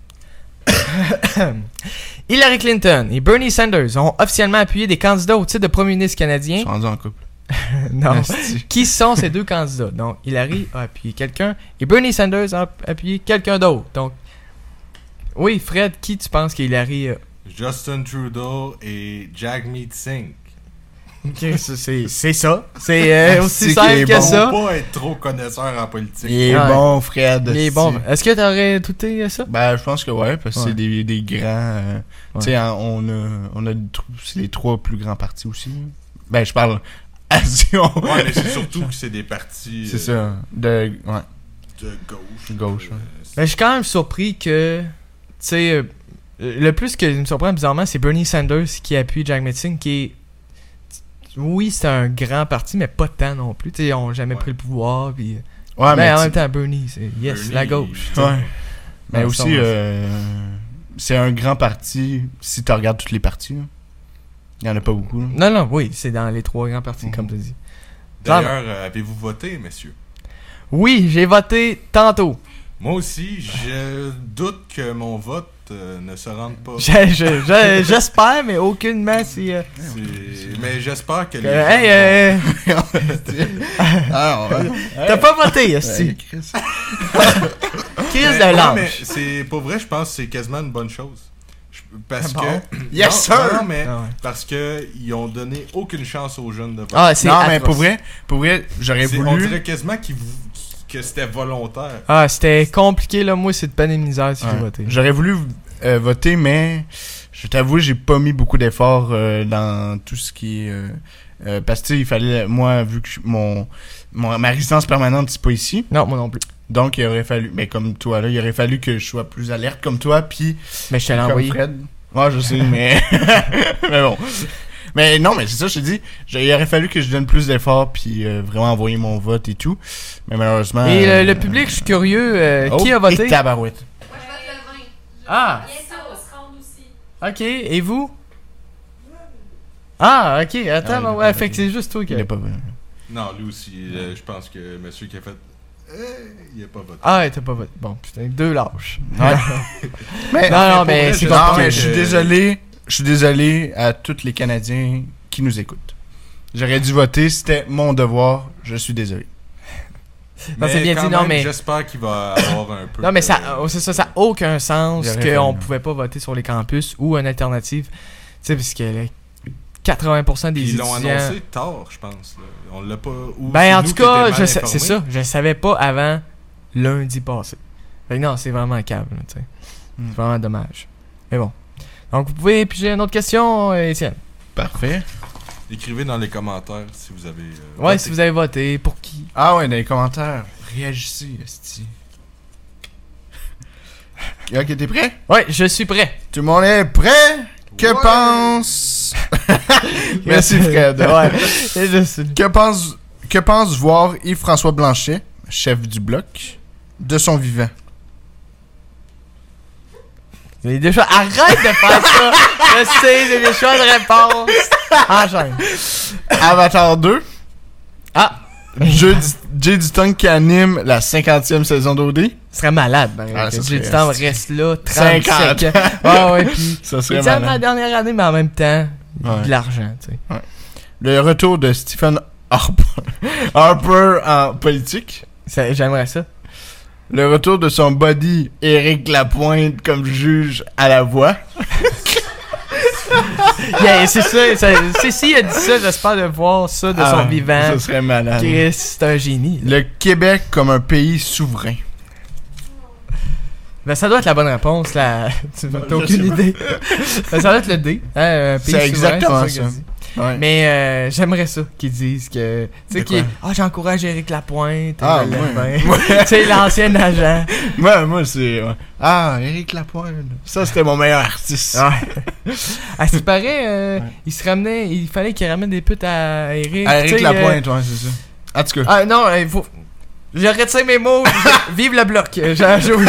Hillary Clinton et Bernie Sanders ont officiellement appuyé des candidats au titre de premier ministre
Ils
canadien.
sont rendus en couple.
Non.
Asti.
Qui sont ces deux candidats? Donc, Hillary a appuyé quelqu'un et Bernie Sanders a appuyé quelqu'un d'autre. Donc, oui, Fred, qui tu penses qu'Hillary a...
Justin Trudeau et Jagmeet Singh.
Ok, c'est- c'est c'est ça. C'est euh, aussi
C'est
simple
qu'il est
que
bon.
ça.
Faut pas être trop connaisseur en politique.
Il est
Ouais.
bon, Fred.
Il est
asti.
bon. Est-ce que t'aurais douté à ça?
Ben, je pense que ouais, parce que
Ouais.
c'est des, des grands. euh,
Ouais.
Tu sais, hein, on a, on a des trou- c'est les trois plus grands partis aussi. Ben, je parle. Action.
Ouais, mais c'est surtout que c'est des partis
C'est
euh,
ça. De, ouais.
de gauche.
Gauche, ouais.
Euh, c'est-
Mais je suis quand même surpris que, tu sais, euh, le plus que me surprend bizarrement, c'est Bernie Sanders qui appuie Jagmeet Singh, qui est, oui, c'est un grand parti, mais pas tant non plus. Tu sais, ils ont jamais
Ouais.
pris le pouvoir, puis.
Ouais,
mais
mais.
en
tu-
même temps, Bernie, c'est yes,
Bernie,
la gauche.
il-
Ouais. Mais
Ouais,
aussi,
ça, on va-
euh, c'est un grand parti si tu regardes toutes les parties. là. Il y en a pas beaucoup. là.
Non, non, oui, c'est dans les trois grands partis,
Mhm.
comme tu dis.
D'ailleurs, euh, avez-vous voté, messieurs?
Oui, j'ai voté tantôt.
Moi aussi, je doute que mon vote euh, ne se rende pas.
Je- je- je- J'espère, mais aucunement si. euh,
C'est- Mais j'espère que
que-
les
hey,
gens
euh,
Ah, ouais.
t'as pas voté, Esti.
Hey, Chris.
Crise
Mais-
de
ouais,
lâche.
mais c'est pour vrai, je pense que c'est quasiment une bonne chose. Je- Parce
Bon.
que
Yes,
non,
sir!
non, mais
Ah ouais.
parce que ils ont donné aucune chance aux jeunes de voter.
Ah, c'est
Non, mais
atroce.
pour vrai, pour vrai, j'aurais
C'est- On
voulu.
dirait quasiment qu'ils vou- que c'était volontaire.
Ah, c'était compliqué, là. Moi, c'est de peine et de misère si
Ouais.
j'ai voté.
J'aurais voulu euh, voter, mais je t'avoue, j'ai pas mis beaucoup d'efforts euh, dans tout ce qui est. euh, euh, parce que tu sais, il fallait. Moi, vu que je- mon, mon- ma résidence permanente, c'est pas ici.
Non, moi non plus.
Donc, il aurait fallu. Mais comme toi, là, il aurait fallu que je sois plus alerte comme toi, puis.
Mais je te l'ai
Comme
envoyé.
Fred. Ouais, je sais, mais. mais bon. Mais non, mais c'est ça, je t'ai dit. j'ai- Il aurait fallu que je donne plus d'efforts, puis euh, vraiment envoyer mon vote et tout. Mais malheureusement.
Et
euh,
le, le public, je suis curieux. euh,
oh,
qui a voté?
et tabarouette.
Moi, je vote le vingt.
Ah,
Bientôt, on se rend aussi.
ok. Et vous? Ah, ok. Attends,
Ah, il a
bah
pas
ouais,
voté.
fait que c'est juste toi qui.
Il est pas vrai.
Non, lui aussi, euh, je pense que monsieur qui a fait. euh, il a pas voté.
Ah, ouais, t'as pas voté. Bon, putain, deux lâches.
Ouais. mais,
Non, non,
pour
mais
vrai,
c'est
je-
non,
compliqué.
mais je suis
que-
désolé. Je suis désolé à tous les Canadiens qui nous écoutent. J'aurais dû voter, c'était mon devoir. Je suis désolé.
Non, c'est bien
quand
dit, non,
même,
mais-
J'espère qu'il va avoir un peu.
Non, mais ça,
de-
oh, c'est ça, ça a aucun sens
Il aurait
qu'on
fallu.
pouvait pas voter sur les campus ou une alternative. Tu sais, parce que là, quatre-vingts pour cent des
Ils
étudiants.
l'ont annoncé tard, je pense. là. On l'a pas. ou c'est
Ben, en
nous
tout
qui étions
cas,
mal
je sais-
informés.
c'est ça. Je savais pas avant lundi passé. Fait que non, c'est vraiment câble, là, tu sais.
Hmm.
C'est vraiment dommage. Mais bon. Donc, vous pouvez piger une autre question, euh, Étienne.
Parfait.
Écrivez dans les commentaires si vous avez. euh,
Ouais,
voté.
si vous avez voté, pour qui?
Ah ouais, dans les commentaires. Réagissez, esti. Ok, t'es prêt?
Ouais, je suis prêt.
Tout le monde est prêt? Que
Ouais.
pense... Merci Fred.
Ouais. Et je suis-
Que pense, que pense voir Yves-François Blanchet, chef du Bloc, de son vivant?
J'ai des choix. Arrête de faire ça! Je sais, j'ai des choix de réponse. Enchaîne.
Avatar deux.
Ah!
Jay Jay du Tongue qui anime la cinquantième saison d'O D.
Ce serait malade, ben.
Ah,
que
ça
J'ai
serait-
du temps, reste là,
cinquante.
trente-cinq ans. Ouais, ouais, pis.
Ça
C'est
serait
ma
malade.
dernière année, mais en même temps,
Ouais.
de l'argent, tu sais.
Le retour de Stephen Harper, Harper en politique.
Ça- J'aimerais ça.
Le retour de son buddy Éric Lapointe comme juge à la voix.
Yeah, c'est ça, ça c'est si il a dit ça, j'espère de voir ça de son
Ah,
vivant.
Ça serait malade.
Chris, c'est un génie. là.
Le Québec comme un pays souverain.
Ben, ça doit être la bonne réponse, là. Tu n'as
Ben, je
aucune
sais pas.
idée. Ben, ça doit être le D. Hein, un pays
C'est
souverain,
exactement
c'est
ça.
qu'il a dit.
Ouais.
Mais euh, j'aimerais ça qu'ils disent que. Tu sais,
De
qu'ils.
quoi?
Ah, j'encourage Éric Lapointe.
Ah,
je l'aime
ouais.
bien.
Ouais.
Tu sais, l'ancien agent.
Moi, moi c'est... ouais. Ah, Éric Lapointe. Ça, c'était mon meilleur artiste.
Ouais. À ce qui paraît, euh,
Ouais.
il se ramenait. Il fallait qu'il ramène des putes à Éric.
Ah,
tu
Éric
sais, euh,
Lapointe, ouais, c'est ça. En tout cas.
Ah, non, il faut. Je retire mes mots. Vive le bloc. J'ai j'ai oublié.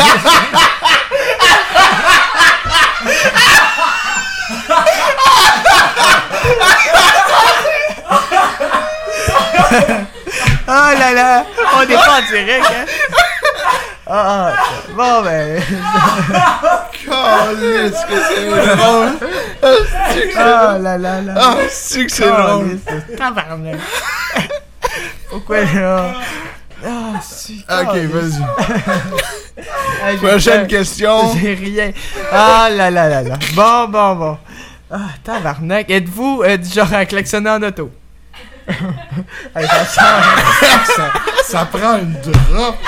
Oh là là! On n'est pas en direct, hein? Ah, ah, bon ben.
Calisse que c'est drôle. Ah, c'est que c'est
Ah
drôle.
là là là.
Ah, c'est que c'est drôle.
Calisse, tabarnak. Pourquoi là? Ah, si.
Ok,
calisse.
vas-y.
Ah, j'ai
Prochaine
peur.
question.
J'ai rien. Ah là là là là. Bon, bon, bon. Ah, tabarnak. Êtes-vous euh, du genre à klaxonner en auto? Hey, ça sent-
ça, ça prend une drop.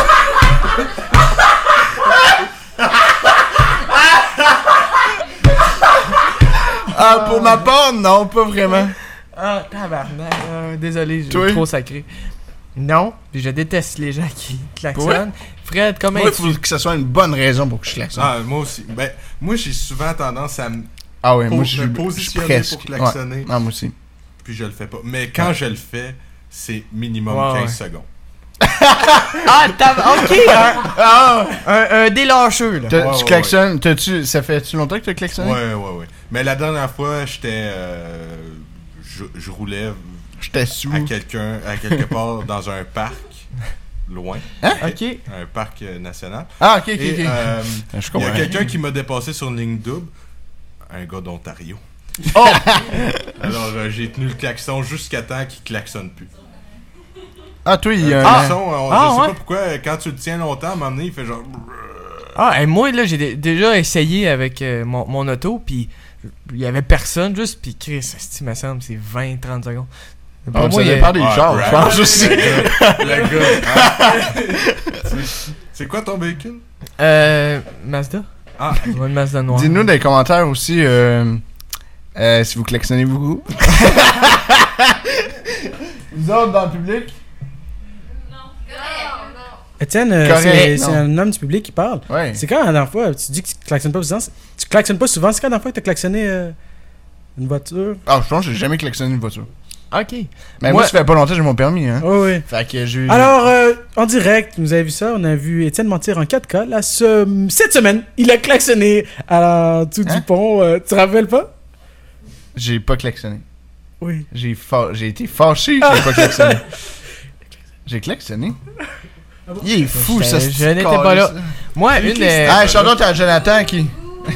Ah, pour ma part, non, pas vraiment.
Ah, tabarnak. Ah, désolé, j'ai
Toi?
trop sacré. Non, puis je déteste les gens qui klaxonnent.
Ouais?
Fred, comment
Moi, il
es-tu?
faut que ce soit une bonne raison pour que je klaxonne.
Ah, moi aussi. Ben, moi, j'ai souvent tendance à me
Ah ouais,
pour
moi,
me
je suis
positionner
presque.
pour klaxonner.
Ouais. Ah, moi aussi.
puis je le fais pas. Mais quand je le fais, c'est minimum
Ouais,
quinze
ouais.
secondes.
Ah, t'as... Ok, un,
Ah!
un, un délâcheux, là.
T'as-
Ouais,
tu
ouais,
klaxonnes, t'as-tu, ça fait-tu longtemps que t'as klaxonné?
Ouais, ouais, ouais. Mais la dernière fois, j'étais. euh, je, je roulais
J'étais sous.
à quelqu'un, à quelque part dans un parc, loin.
Ok.
Un parc euh, national.
Ah, ok, ok,
Et
ok.
euh,
je
il y
comprends.
a quelqu'un qui m'a dépassé sur une ligne double. Un gars d'Ontario.
Oh!
Alors, euh, j'ai tenu le klaxon jusqu'à temps qu'il klaxonne plus.
Ah, toi, il y
Le
a un.
klaxon, on-
Ah,
je sais
ouais?
pas pourquoi, euh, quand tu le tiens longtemps, à un moment donné, il fait genre.
Ah, et moi, là, j'ai dé- déjà essayé avec euh, mon, mon auto, puis il y avait personne, juste, puis Chris, esti, me semble, c'est vingt à trente secondes.
Ah,
Pour
ça
il y a-
dépend des
Ah,
chars,
brag.
je pense aussi.
Le gars. le gars, hein. C'est- C'est quoi ton véhicule?
Euh, Mazda?
Ah,
Ouais, une Mazda noire.
Dites-nous dans les commentaires aussi euh, euh, si vous klaxonnez beaucoup. Vous autres dans le public?
Non. Non, non.
Étienne, euh,
Correct,
c'est
non.
c'est un homme du public qui parle.
Ouais.
C'est quand la dernière fois, tu dis que tu klaxonnes pas souvent, c'est- tu klaxonnes pas souvent, c'est quand la dernière fois que tu as klaxonné euh, une voiture?
Ah, je pense que j'ai jamais klaxonné une voiture.
Ok.
Mais moi,
Moi-
ça fait pas longtemps que j'ai mon permis, hein.
Oh, oui.
Fait que j'ai.
Alors, euh, en direct, vous avez vu ça, on a vu Étienne mentir en quatre K. Là, ce- cette semaine, il a klaxonné à en dessous
Hein?
du pont. Euh, tu te rappelles pas?
J'ai pas klaxonné.
Oui.
J'ai fa... j'ai été fâché que j'ai pas klaxonné. J'ai klaxonné? Il est fou,
Je-
ça,
je
ce
n'étais pas là.
calice,
Moi, une des...
Ah, shout-out à Jonathan qui.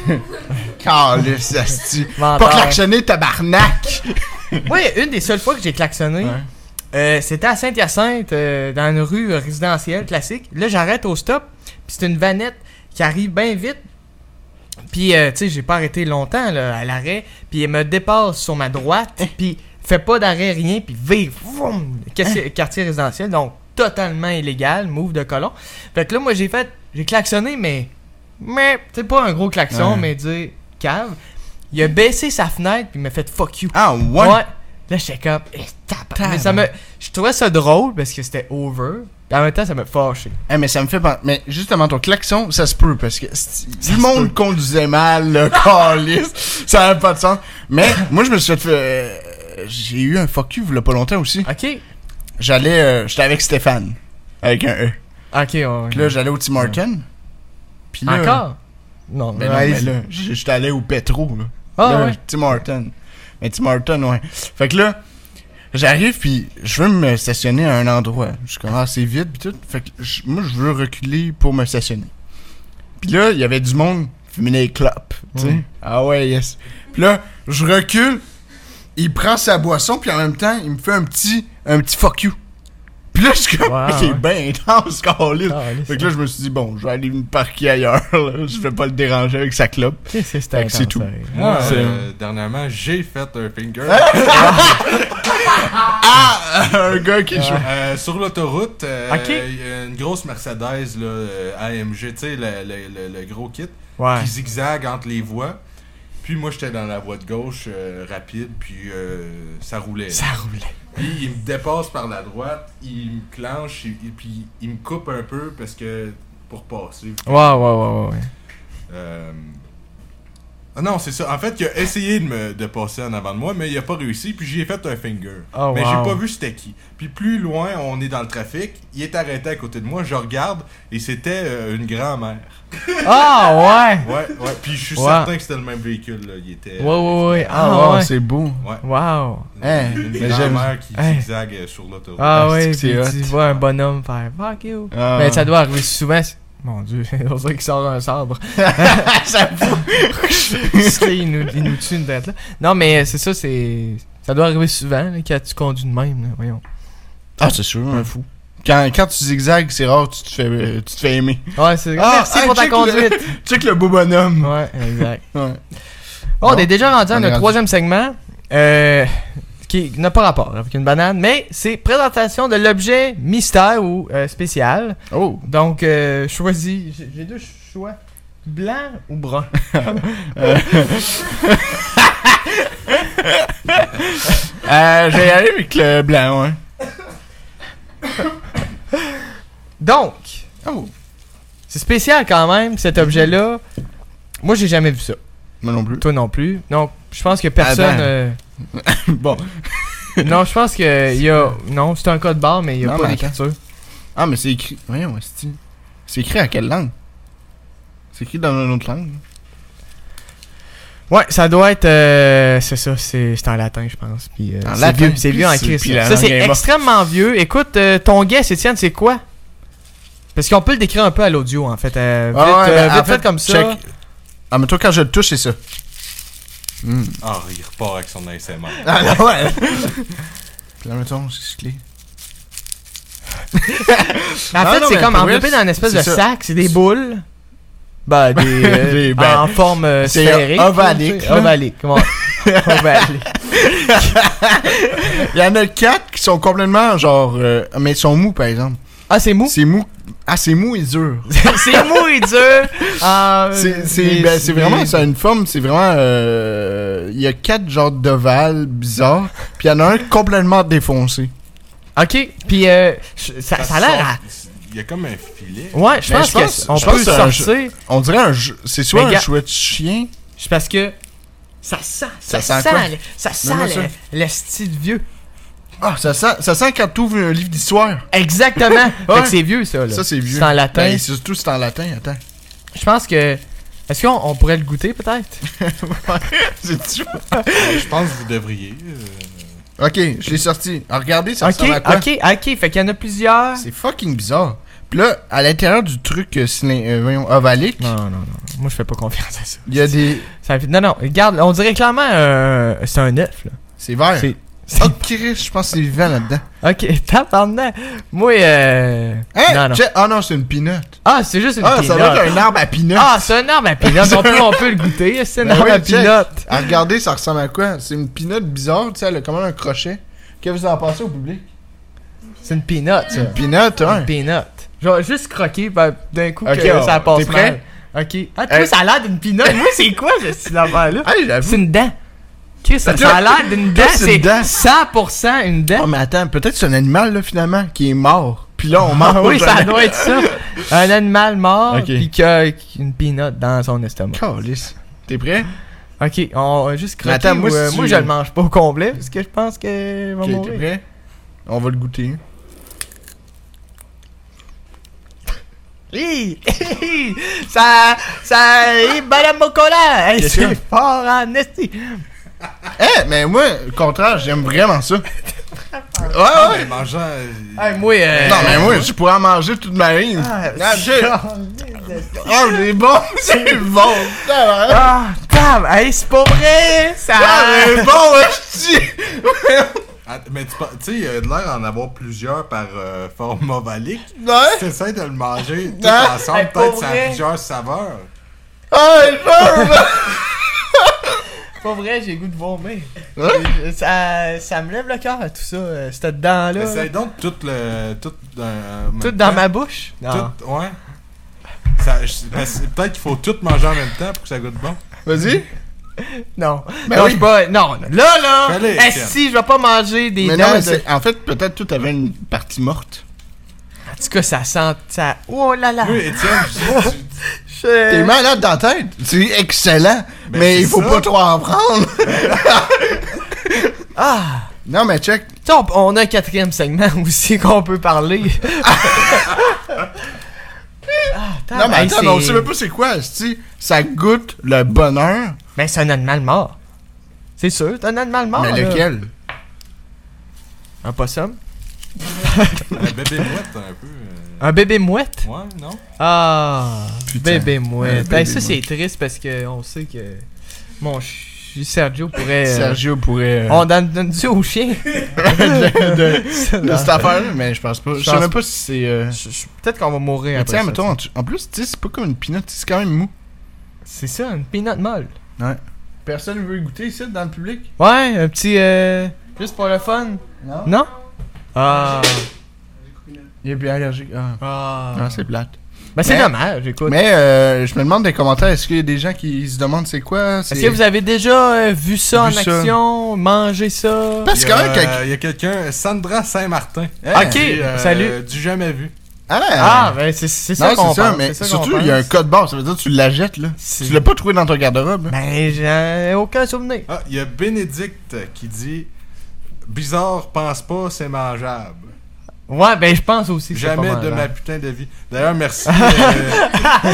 Calice, asti. Pas
Menteur.
klaxonné, tabarnak!
Moi, une des seules fois que j'ai klaxonné,
Ouais.
euh, c'était à Saint-Hyacinthe, euh, dans une rue euh, résidentielle classique. Là, j'arrête au stop, puis c'est une vanette qui arrive bien vite. Puis, euh, tu sais, j'ai pas arrêté longtemps là, à l'arrêt. Puis, elle me dépasse sur ma droite, puis fait pas d'arrêt, rien, puis vire, vroom, quartier, quartier résidentiel, donc totalement illégal, move de colon. Fait que là, moi, j'ai fait, j'ai klaxonné, mais, mais, tu sais, pas un gros klaxon,
Ouais.
mais dire cave. Il a baissé sa fenêtre, puis il m'a fait fuck you.
Ah, ouais?
Ouais. Là, j'étais comme. eh, tabarnak. Mais ça me. Je trouvais ça drôle parce que c'était over. Puis en même temps, ça m'a fâché.
Eh, mais ça me fait pen- Mais justement, ton klaxon, ça se peut parce que si
Ça
le
se
monde conduisait mal, le calice, ça n'a pas de sens. Mais moi, je me suis fait. euh, J'ai eu un fuck you il y a pas longtemps aussi.
Ok.
J'allais. euh, J'étais avec Stéphane. Avec un E.
Ok, ouais. ouais.
Puis là, j'allais au Tim Hortons. Puis là.
Encore? Non,
Mais non,
allez-y.
mais là, j- j'étais allé au Petro, là.
Ah,
Là,
ouais.
Tim Hortons. Mais Tim Hortons, ouais. Fait que là, j'arrive, puis je veux me stationner à un endroit. Je commence assez vite, puis tout. Fait que je- moi, je veux reculer pour me stationner. Puis là, il y avait du monde qui fumait des clopes, tu sais.
Mm.
Ah ouais, yes. Puis là, je recule, il prend sa boisson, puis en même temps, il me fait un petit, un petit fuck you. Puis là, je suis comme,
Wow,
c'est
ouais.
bien intense, câlisse.
Ah, allez,
Fait que là, je me suis dit, bon, je vais aller me parquer ailleurs, là. Je vais pas le déranger avec sa clope.
Qu'est-ce que c'était
Fait que c'est
intense,
tout.
ça.
Moi,
c'est-
euh, dernièrement, j'ai fait un finger.
Ah! Un gars qui joue.
Euh, sur l'autoroute, euh,
Ok.
il y a une grosse Mercedes là, euh, A M G, tu sais, le, le- le- le gros kit,
Ouais.
qui zigzague entre les voies. Puis moi, j'étais dans la voie de gauche euh, rapide, puis euh, ça roulait.
Ça roulait.
Puis il me dépasse par la droite, il me clenche, et, et puis il me coupe un peu parce que pour passer.
Ouais, ouais, ouais, ouais. ouais.
Euh, Ah non, c'est ça. En fait, il a essayé de me de passer en avant de moi, mais il a pas réussi, puis j'y ai fait un finger.
Oh,
mais
wow.
j'ai pas vu c'était qui. Puis plus loin, on est dans le trafic, il est arrêté à côté de moi, je regarde, et c'était euh, une grand-mère.
Ah, ouais!
Ouais, ouais, puis je suis
Ouais.
certain que c'était le même véhicule, là. Il était...
Ouais, ouais, ouais.
Ah,
Ah,
wow,
ouais.
c'est beau.
Ouais.
Wow.
Hein,
Une
mais
grand-mère qui
Hey.
zigzague euh, sur l'autoroute.
Ah,
Ah,
ouais,
c'est que
puis
c'est
tu
hot.
vois un bonhomme faire fuck you.
Ah.
Mais ça doit arriver souvent. c'est- Mon dieu, on dirait qu'il sort un sabre. il, nous, il nous tue une tête là. Non, mais c'est ça, c'est. Ça doit arriver souvent là, quand tu conduis de même. Là, voyons.
Ah, c'est sûr, un fou. Quand, quand tu zigzags, c'est rare, tu te fais, euh, tu te fais aimer.
Ouais, c'est.
Ah,
Merci
hey,
pour ta
check le-
conduite.
Check le beau bonhomme.
Ouais, exact.
Ouais.
Bon, on
Non,
est déjà rendu à
on est
notre
rendu.
troisième segment. Euh. Qui n'a pas rapport avec une banane, mais c'est présentation de l'objet mystère ou euh, spécial.
Oh.
Donc, euh, choisis. J'ai j'ai deux choix. Blanc ou brun?
Euh, je vais y aller avec le blanc, ouais.
Donc,
Oh.
c'est spécial quand même, cet objet-là. Moi, j'ai jamais vu ça.
Moi non plus.
Toi non plus. Donc, je pense que personne.
Attends.
euh,
Bon.
Non, je pense que il y a. Non, c'est un code barre, mais il y a
Non,
pas
mais
d'écriture.
Ah, mais c'est écrit. Voyons, c'est C'est écrit à quelle langue? C'est écrit dans une autre langue.
Ouais, ça doit être. euh, c'est ça, c'est c'est en latin, je pense. Puis, euh,
En
c'est
latin?
vieux, c'est vieux en
Puis
Christ.
puis la
Ça,
langue
c'est
est morte.
extrêmement vieux. Écoute, euh, ton guess, Étienne, c'est quoi? Parce qu'on peut le décrire un peu à l'audio, en fait. Euh, vite,
Ah ouais,
euh,
ben, en
vite
fait,
fait comme ça.
check. Ah, mais toi, quand je le touche, c'est ça. Hmm.
Ah, il repart avec son A S M R.
Ah, non, ouais. Puis là, mettons, c'est clé.
En
Non,
fait,
non,
c'est
mais
comme
pour
enveloppé
vrai,
dans une espèce
c'est
de
ça.
sac, c'est des boules. Bah, des. euh,
Des- ben,
en forme euh,
c'est
sphérique.
ovalique,
là,
là.
Ovalique, comment? Ovalique.
Il y en a quatre qui sont complètement genre. euh, mais ils sont mous, par exemple.
Ah, c'est mou?
C'est mou. Ah, c'est mou et dur.
C'est mou et dur. Ah,
C'est c'est-
mais-
ben, c'est
mais-
vraiment. Ça a une forme. C'est vraiment. euh, Il y a quatre genres d'ovales bizarres. Puis il y en a un complètement défoncé.
Ok, puis euh, je- ça, ça a l'air à.
Il y a comme un filet.
Ouais, je
Mais
pense
je pense-
qu'on
je pense
peut
que c'est un
sortir.
On dirait un. jeu- C'est soit
Mais
un
gars-
chouette chien.
C'est parce que. Ça sent. Ça,
Ça sent
sent.
quoi?
le- Ça sent
Donne-moi ça.
le, le style vieux.
Ah, ça sent, ça sent quand tu ouvres un livre d'histoire.
Exactement. Fait
Ouais.
que c'est vieux, ça. Là.
Ça, c'est vieux.
C'est en latin.
Ben, surtout, c'est en latin. Attends.
Je pense que. Est-ce qu'on on pourrait le goûter, peut-être?
C'est sûr.
Euh, Je pense que vous devriez. euh,
Ok, je l'ai sorti. Alors, regardez, ça
Ok,
ressemble à quoi?
ok, ok. Fait qu'il y en a plusieurs.
C'est fucking bizarre. Puis là, à l'intérieur du truc euh, cylin- euh, voyons, ovalique,
Non, non, non. Moi, je fais pas confiance à ça.
il y a des.
Ça fait- Non, non. Regarde, on dirait clairement. euh, c'est un œuf, là.
C'est vert.
C'est.
Oh, Chris, je pense que c'est vivant là-dedans.
Ok, tape en dedans. Moi, euh.
Hein?
Non, non.
Check- Ah non, c'est une peanut.
Ah, c'est juste une
Ah, ça
peanut.
doit être un arbre à peanut.
Ah, c'est un arbre à peanut. On peut, on peut le goûter. C'est un
Ben
arbre
oui,
à
check.
peanut.
Ah, regardez, ça ressemble à quoi? C'est une peanut bizarre, tu sais, elle a quand même un crochet. Qu'est-ce que vous en pensez au public?
C'est une peanut, ça.
Peanut,
Une
hein?
peanut. Genre, juste croquer, ben, d'un coup,
Ok,
que
on-
ça passe
t'es prêt?
mal. Ok. Ah, toi,
Hey.
ça a l'air d'une peanut. Moi, c'est quoi, ce style d'affaire-là?
Ah, j'avoue.
C'est une dent. Ok, ça, ça a l'air d'une dent.
Toi, c'est
C'est
une dent.
cent pour cent une dent.
Oh, mais attends, peut-être c'est un animal, là, finalement, qui est mort. Puis là, on mange.
Ah oui, ça doit être ça. Un animal mort,
Ok.
pis qui a une peanut dans son estomac.
Calisse. T'es prêt?
Ok, on va juste croquer.
Mais attends, moi,
ou, euh,
si
moi,
tu-
je le mange pas au complet, parce que je pense que va
Ok, t'es
mourir.
prêt? On va le goûter.
Hi! Hi! ça, ça, hi, Madame Mokola! Hey,
Qu'est-ce
c'est
que-
fort en esti!
Eh, mais moi, au contraire, j'aime vraiment ça. Ouais,
Ah,
ouais.
mais mangeant. euh,
Hey, moi, euh,
Non, mais moi, je pourrais en manger toute ma vie.
Ah,
Ah, je-
c'est-
Oh, c'est bon, c'est bon. Ah,
Ah, tab! Hey, c'est pas vrai! Ça...
c'est bon, je dis.
ah, mais tu pas- tu sais, il y a de l'air d'en avoir plusieurs par euh, forme ovalique.
Ouais.
Si t'essaies de le manger tout
Hein?
ensemble,
Hey,
peut-être
pour
ça a
vrai?
plusieurs saveurs.
Ah, je veux.
Pas vrai, j'ai le goût de vomir.
Ouais.
Ça, ça me lève le cœur, tout ça, euh, cette dent-là. là.
Essaye donc tout le. Tout dans, en même
Tout dans
temps.
ma bouche? Non.
Tout, ouais. Ça, je- parce- peut-être qu'il faut tout manger en même temps pour que ça goûte bon.
Vas-y.
Non.
Ben
non,
oui.
je pas. Non, non. Là, là!
Fallait,
Eh,
Étienne.
si, je vais pas manger des
Mais
dents
non, mais
de-
c'est- en fait, peut-être tout avait une partie morte.
En tout cas, ça sent. Ça... Oh là là!
Oui, Étienne, je dis- tu-
Je-
T'es malade dans la tête. C'est excellent.
Ben,
mais
c'est
il faut
ça.
pas trop en prendre.
Ah!
Non, mais check.
Tu sais, on, on a un quatrième segment aussi qu'on peut parler. Ah,
Non, mais
hey,
attends,
c'est-
mais on sait même pas c'est quoi. c'ti. Ça goûte le bonheur.
Ben, c'est un animal mort. C'est sûr, c'est un animal mort.
mais
là.
lequel?
Un possum.
Un bébé mouette, un peu. euh,
Un bébé mouette.
Ouais, non?
Ah,
Putain.
bébé mouette.
Un
Hey,
bébé
ça, c'est
mouette.
triste parce que on sait que mon ch- Sergio pourrait. euh,
Sergio pourrait. euh,
On donne, donne du au chien.
de, de-
Ça,
de
non.
cette affaire, mais je pense pas. Je
Je
sais
pense-
même pas si c'est. euh,
Je- je- Peut-être qu'on va mourir
Mais
après
tiens,
ça,
mettons,
tu sais.
en, en plus, tu sais, c'est pas comme une peanut, c'est quand même mou.
C'est ça, une peanut molle.
Ouais. Personne veut y goûter ici dans le public?
Ouais, un petit. Euh, juste pour le fun.
Non.
Non? Ah.
Il est bien allergique. Ah,
Ah.
Ah, c'est plate.
Ben, c'est
Mais-
dommage, écoute.
Mais euh, je me demande dans les commentaires, est-ce qu'il y a des gens qui se demandent c'est quoi?
Est-ce que vous avez déjà euh, vu ça
Vu
en
ça.
action, mangé ça?
Parce
Il
que
y a,
quand même, quelqu'un-
euh, il y a quelqu'un, Sandra Saint-Martin.
Hein?
Ok,
Dit, euh,
salut.
Du jamais vu.
Ah,
Ah, ben c'est c'est ça
non,
qu'on
c'est ça,
pense,
mais
c'est ça
surtout,
qu'on
il y a un
pense.
code barre, ça veut dire que tu la jettes, là.
C'est-
Tu l'as pas trouvé dans ton garde-robe, là.
Ben, j'ai aucun souvenir.
Ah, il y a Bénédicte qui dit bizarre, pense pas, c'est mangeable.
Ouais, ben, je pense aussi que c'est
Jamais
pas
de
mal,
ma
hein.
putain de vie. D'ailleurs, merci. euh,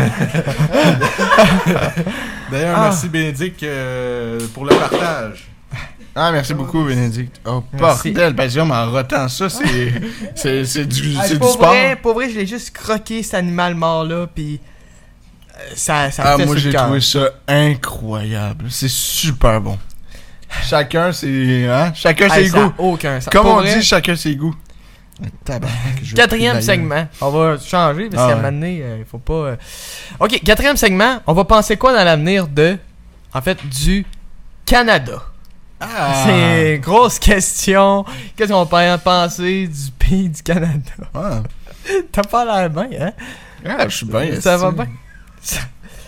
D'ailleurs,
Ah.
merci Bénédicte euh, pour le partage.
Ah, merci beaucoup, Bénédicte. Oh,
Merci.
bordel, parce que en rotant ça, c'est. C'est c'est du,
Ah,
c'est du
pour
sport.
vrai, pour vrai, je l'ai juste croqué cet animal mort-là, pis euh, ça, ça me
Ah,
fait
moi,
sur
j'ai
le cœur.
trouvé ça incroyable. C'est super bon. Chacun ses. Hein? Chacun
Hey,
ses
ça a
goûts.
aucun sens.
Comme
Pour
on
vrai,
dit, chacun ses goûts. Tabarnak, je vais
Quatrième
plus d'ailleurs.
segment. On va changer parce
Ah
qu'à un
ouais.
moment donné, euh, il faut pas. euh, Ok, quatrième segment. On va penser quoi dans l'avenir de. En fait, du Canada.
Ah.
C'est une grosse question. Qu'est-ce qu'on peut penser du pays du Canada?
Ah,
T'as pas l'air bien, hein?
Ah, je suis bien.
Ça va
esti.
bien? Ça-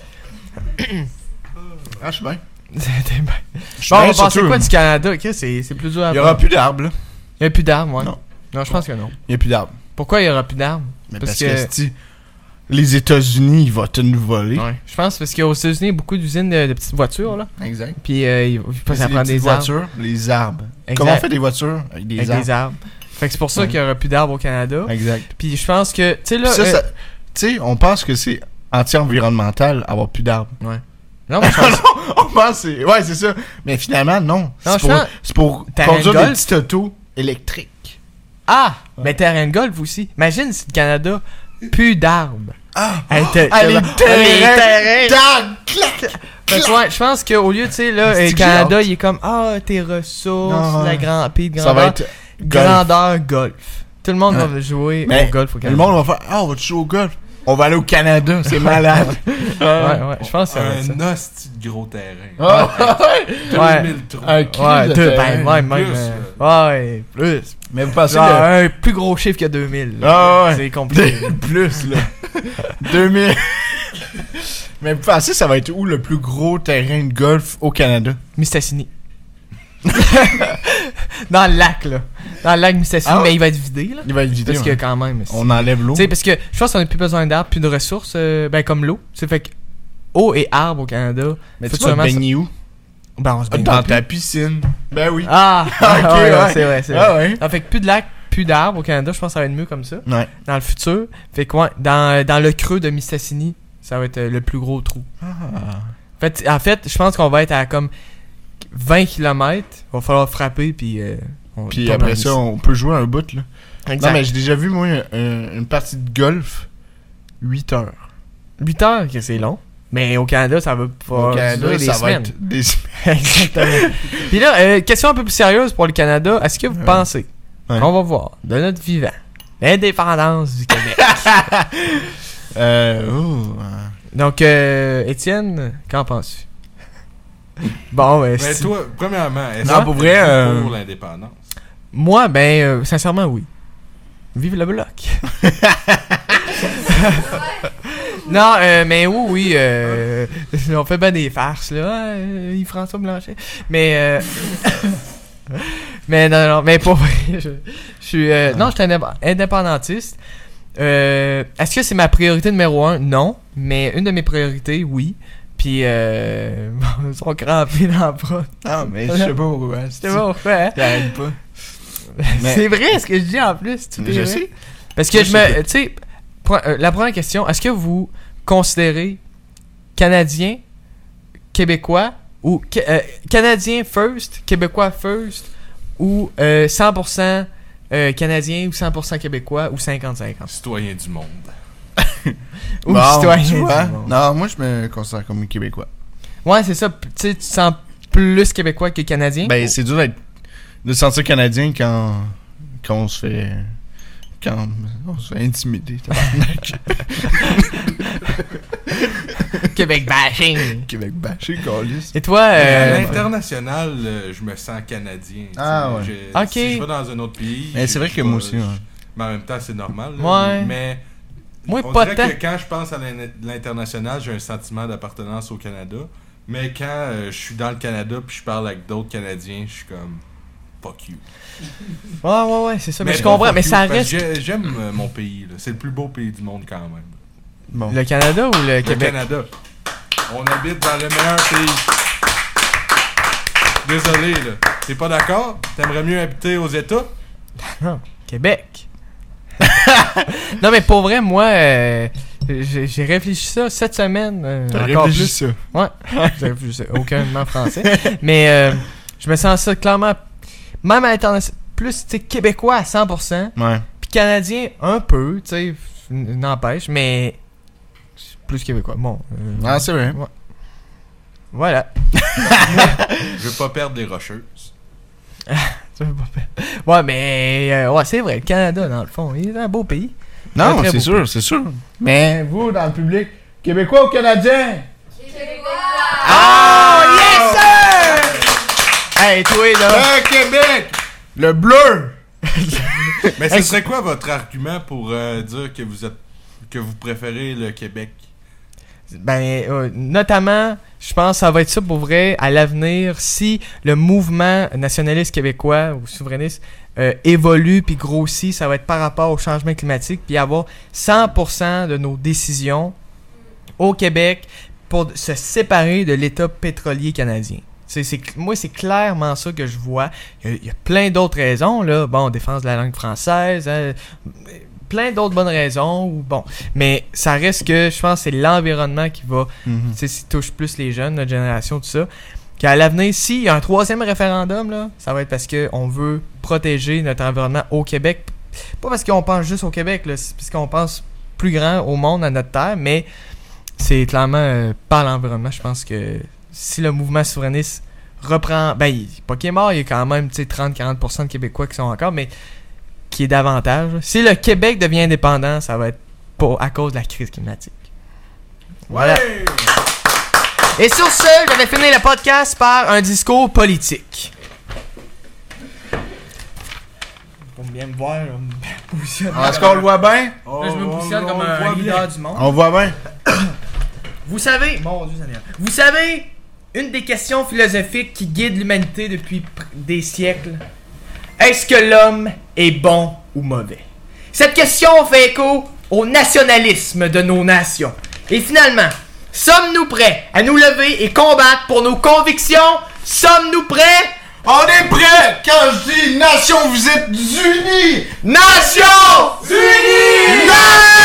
Ah, je suis bien.
T'es bien.
Je suis
Bon, on
bien,
va penser
surtout,
quoi du Canada? Ok, c'est c'est plus dur à
Il y aura
voir.
plus d'arbres, là.
Il y a plus d'arbres, ouais.
Non.
Non, je pense que non.
Il y a plus d'arbres.
Pourquoi il y aura plus d'arbres?
Mais
Parce
parce,
que-
que, esti, les États-Unis, ils vont te nous voler.
Ouais. Je pense parce qu'aux États-Unis, il y a beaucoup d'usines de, de petites voitures, là.
Exact.
Puis, euh, il faut
Mais
ça
c'est
prend
les
des
petites
arbres.
voitures, les arbres.
Exact.
Comment on fait des voitures avec des
Avec
arbres?
des arbres. Fait que c'est pour ça
Ouais.
qu'il y aura plus d'arbres au Canada.
Exact.
Puis je pense que, tu sais, là.
Puis ça,
euh,
ça- tu sais, on pense que c'est anti-environnemental avoir plus d'arbres.
Ouais. Non, mais je pense.
On pense que c'est. Ouais, c'est ça. Mais finalement, non.
Non,
C'est
je
pour,
pense-
c'est pour
Terrain de
conduire des
golf?
petites autos électriques.
Ah! Mais terrain de golf aussi. Imagine si le Canada, plus d'arbres.
Ah!
Hey, t'as-
Ah,
t'as-
les
les
terrains!
terrains!
Tac! Clac!
Fait que ouais, je pense qu'au lieu, tu sais, là,
C'est
le
que j'ai
Canada,
hâte.
il est comme, ah, tes ressources,
Non,
la
ouais.
grand pays de
Ça
grandeur.
va être. golf.
grandeur golf. Tout le monde
Ouais.
va jouer
Mais
au golf au
Le
Canada.
monde va faire Ah, on va te jouer au golf. On va aller au Canada. C'est malade.
Ouais, ouais, je pense que ça va être ça.
Un hostie de gros terrain.
Ah, ouais.
Ouais.
deux mille trous.
Un cri
Ouais,
de
deux,
terrain.
ben, ouais, même.
Plus,
euh, ouais, plus.
Mais vous pensez
Genre,
le.
un plus gros chiffre que deux mille. là.
Ah, ouais.
C'est compliqué.
Plus, là. deux mille. Mais vous pensez ça va être où le plus gros terrain de golf au Canada?
Mistassini. Dans le lac, là. Dans le lac Mistassini,
Ah ouais?
mais il va être vidé, là.
Il va être vidé.
Parce que
ouais.
quand même. c'est-
On enlève l'eau.
Tu sais, parce que je pense qu'on a plus besoin d'arbres, plus de ressources, euh, ben comme l'eau. C'est fait que eau et arbres au Canada.
Mais tu
faut
vas te
sûrement
baigner où?
Ben, on se baigne
Dans
plus.
ta piscine. Ben oui.
Ah!
Ah, ok,
ouais,
ouais.
c'est vrai, c'est
Ah
vrai.
ouais.
Ah, fait que plus de lacs, plus d'arbres au Canada, je pense que ça va être mieux comme ça.
Ouais.
Dans le futur. Fait que ouais, dans, dans le creux de Mistassini, ça va être euh, le plus gros trou.
Ah.
En fait, en fait je pense qu'on va être à comme vingt kilomètres. Il va falloir frapper, puis. Euh, on
Puis
tombe
après
en
ça,
ici.
on peut jouer un bout, là.
Exact.
Non, mais j'ai déjà vu, moi, un- une partie de golf. huit heures.
huit heures, que c'est long. Mais au Canada, ça va pas
Au Canada,
durer des
ça va
semaines.
être des
Exactement. Puis là, euh, question un peu plus sérieuse pour le Canada. Est-ce que vous
Ouais.
pensez
Ouais.
qu'on va voir de notre vivant l'indépendance du Québec?
Euh. Oh. euh,
Donc, euh, Étienne, qu'en penses-tu? Bon, ben,
Mais
si-
toi, premièrement, est-ce
Non,
que
pour
t'es
vrai, euh,
pour l'indépendance?
moi, ben, euh, sincèrement, oui. Vive le bloc. Non, euh, mais oui, oui, euh, on fait bien des farces, là. Ah, euh, Yves-François Blanchet. Mais, euh, mais non, non, mais pour vrai, je, je suis, euh, non, je suis indép- indépendantiste. Euh, est-ce que c'est ma priorité numéro un? Non. Mais une de mes priorités, oui. Puis, euh. Ils sont crampés dans la bras.
Ah, mais je sais pas pourquoi.
C'est bon, ouais.
T'arrêtes pas. Mais-
C'est vrai ce que je dis en plus. Tu
Je
sais.
sais.
Parce que
Moi,
je
je
me. Tu sais, pre- euh, la première question, est-ce que vous considérez Canadien, Québécois, ou Ca- euh, Canadien first, Québécois first, ou euh, cent pour cent euh, Canadien ou cent pour cent Québécois, ou cinquante cinquante?
Citoyen du monde.
Ou
Bon,
citoyen
tu
du
vois.
monde.
Non, moi, je me considère comme un Québécois.
Ouais, c'est ça. Tu sais, tu te sens plus Québécois que Canadien?
Ben, c'est dur d'être, de se sentir Canadien quand, quand on se fait... Quand on se fait intimider. tabarnak.
Québec bashing.
Québec bâché, câlisse.
Et toi,
À
euh,
l'international, euh, je me sens canadien. tu
Ah,
sais.
ouais.
J'ai-
Ok.
Si je vais dans un autre pays.
Mais
je-
c'est vrai
je
que
vais-
moi aussi,
je-
ouais.
Mais en même temps, c'est normal. là.
Ouais.
Mais
moi,
on
pas
dirait
tant.
que quand je pense à l'in- l'international, j'ai un sentiment d'appartenance au Canada. Mais quand euh, je suis dans le Canada puis je parle avec d'autres Canadiens, je suis comme fuck you.
Ouais, ouais, ouais, c'est ça. Mais, je
pas
comprends,
fuck
mais
you,
ça
parce que
reste.
j'ai- J'aime euh, mon pays. là. C'est le plus beau pays du monde quand même.
Bon.
Le Canada ou le
Le
Québec?
Canada. On habite dans le meilleur pays. Désolé, là. T'es pas d'accord? T'aimerais mieux habiter aux États?
Non, Québec. Non, mais pour vrai, moi, euh, j'ai j'ai réfléchi ça cette semaine. euh,
T'as
encore
réfléchi
plus.
ça.
Ouais, j'ai réfléchi ça. Aucunement français. Mais euh, je me sens ça clairement, même à l'international, plus tu sais, québécois à cent pour cent,
Ouais.
puis canadien un peu, tu sais, n- n'empêche, mais plus québécois. Bon. euh,
Ah, c'est vrai.
Voilà.
Je veux pas perdre des rocheuses.
Ça fait pas peur. Ouais, mais euh, ouais, c'est vrai, le Canada, dans le fond, il est un beau pays. Un
Non,
très
c'est
beau
sûr, c'est sûr. Mais vous, dans le public, Québécois ou Canadien?
Québécois!
Oh, yes, sir! Hey, toi, là.
Le Québec! Le bleu!
Mais ce
Hey,
serait quoi votre argument pour euh, dire que vous êtes que vous préférez le Québec?
Ben, euh, notamment, je pense que ça va être ça pour vrai à l'avenir si le mouvement nationaliste québécois ou souverainiste euh, évolue puis grossit, ça va être par rapport au changement climatique puis avoir cent pour cent de nos décisions au Québec pour se séparer de l'État pétrolier canadien. C'est, c'est, moi, c'est clairement ça que je vois. Il y a, il y a plein d'autres raisons, là. Bon, défense de la langue française, hein, plein d'autres bonnes raisons, ou bon. Mais ça reste que, je pense que c'est l'environnement qui va,
Mhm.
tu sais, qui touche plus les jeunes, notre génération, tout ça. Qu'à l'avenir, s'il y a un troisième référendum, là, ça va être parce qu'on veut protéger notre environnement au Québec. Pas parce qu'on pense juste au Québec, là, c'est parce qu'on pense plus grand au monde, à notre terre, mais c'est clairement euh, par l'environnement. Je pense que si le mouvement souverainiste reprend, ben, il, pas qu'il est mort, il y a quand même trente à quarante pour cent de Québécois qui sont encore, mais qui est davantage. là. Si le Québec devient indépendant, ça va être pas à cause de la crise climatique. Voilà. Et sur ce, je vais finir le podcast par un discours politique. Pour bien me voir, je me positionne.
Est-ce qu'on le voit bien?
Là, je me
On-
positionne
on-
comme
on
un
voit
leader
bien.
du monde.
On voit bien.
Vous savez, mon Dieu Seigneur, vous savez, une des questions philosophiques qui guide l'humanité depuis pr- des siècles, est-ce que l'homme est bon ou mauvais? Cette question fait écho au nationalisme de nos nations. Et finalement, sommes-nous prêts à nous lever et combattre pour nos convictions? Sommes-nous prêts?
On est prêts! Quand je dis nation, vous êtes unis!
Nations Unies!